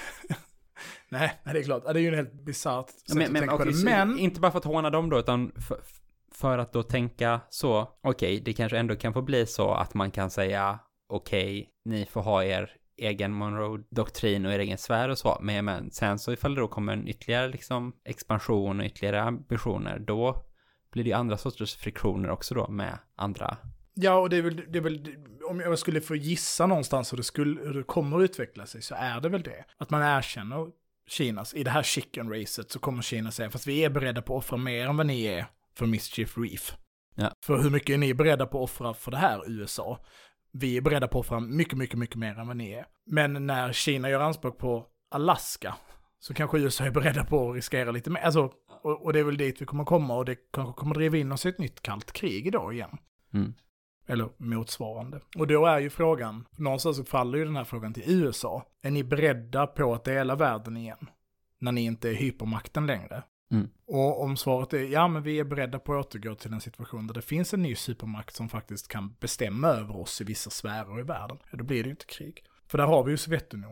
nej, nej, det är klart. Det är ju en helt bisarrt sätt men, att men, tänka okay, på det. Men... Inte bara för att håna dem då, utan för, för att då tänka så, okej, okay, det kanske ändå kan få bli så att man kan säga, okej, okay, ni får ha er egen Monroe-doktrin och er egen sfär och så, men, men sen så ifall det då kommer en ytterligare liksom expansion och ytterligare ambitioner, då blir det ju andra sorters friktioner också då med andra. Ja, och det är väl, det är väl om jag skulle få gissa någonstans hur det, skulle, hur det kommer att utveckla sig, så är det väl det. Att man erkänner Kinas, i det här chicken-racet så kommer Kina säga, fast vi är beredda på att offra mer än vad ni är för Mischief Reef. Ja. För hur mycket är ni beredda på att offra för det här U S A? Vi är beredda på att offra mycket, mycket, mycket mer än vad ni är. Men när Kina gör anspråk på Alaska så kanske U S A är beredda på att riskera lite mer. Alltså, och, och det är väl dit vi kommer komma, och det kanske kommer driva in oss i ett nytt kallt krig idag igen. Mm. Eller motsvarande. Och då är ju frågan, någonstans så faller ju den här frågan till U S A. Är ni beredda på att dela världen igen? När ni inte är hypermakten längre? Mm. Och om svaret är ja, men vi är beredda på att återgå till en situation där det finns en ny supermakt som faktiskt kan bestämma över oss i vissa sfärer i världen, ja, då blir det ju inte krig. För där har vi ju Sovjetunionen.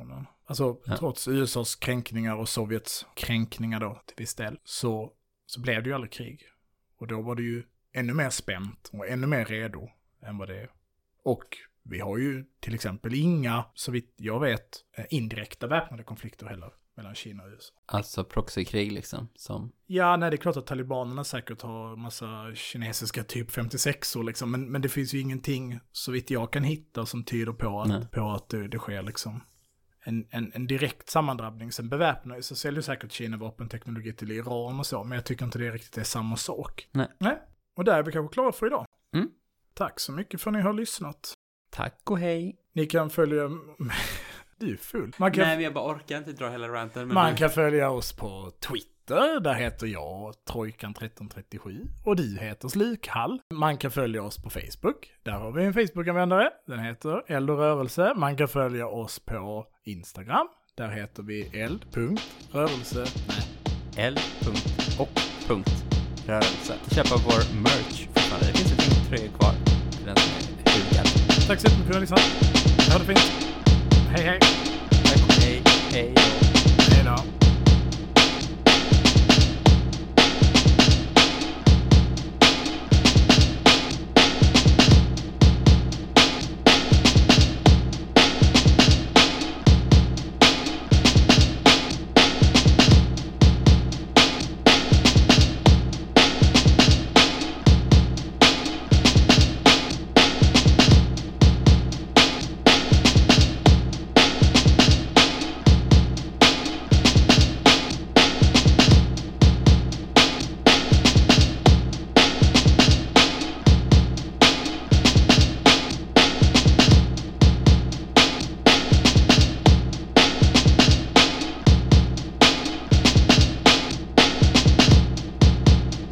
Alltså Ja. trots U S A:s kränkningar och Sovjets kränkningar då till viss del så, så blev det ju aldrig krig. Och då var det ju ännu mer spänt och ännu mer redo än vad det är. Och vi har ju till exempel inga, så vitt jag vet, indirekta väpnade konflikter heller mellan Kina och U S A. Alltså proxykrig liksom, som... Ja, nej, det är klart att talibanerna säkert har massa kinesiska typ femtiosex år liksom, men, men det finns ju ingenting, så vitt jag kan hitta, som tyder på att, på att det, det sker liksom en, en, en direkt sammandrabbning. Sen beväpnar så säljer säkert Kina vapenteknologi till Iran och så, men jag tycker inte det riktigt är samma sak. Nej. Nej. Och där är vi kanske klara för idag. Mm. Tack så mycket för att ni har lyssnat. Tack och hej. Ni kan följa... Du är full. Man kan... Nej, jag bara orkar inte dra hela ranten. Men Man du... kan följa oss på Twitter. Där heter jag Trojkan tretton trettiosju. Och du heter Slukhall. Man kan följa oss på Facebook. Där har vi en Facebook-användare. Den heter Eld och rörelse. Man kan följa oss på Instagram. Där heter vi eld.rörelse. Nej. L. och. Rörelse. Köpa vår merch. Det finns ett fint tröja kvar. Den som är hugad. Tack så jättemycket för att ni lyssnade. Ha det fint. Hej hej. Tack och hej. Hej. Hej då.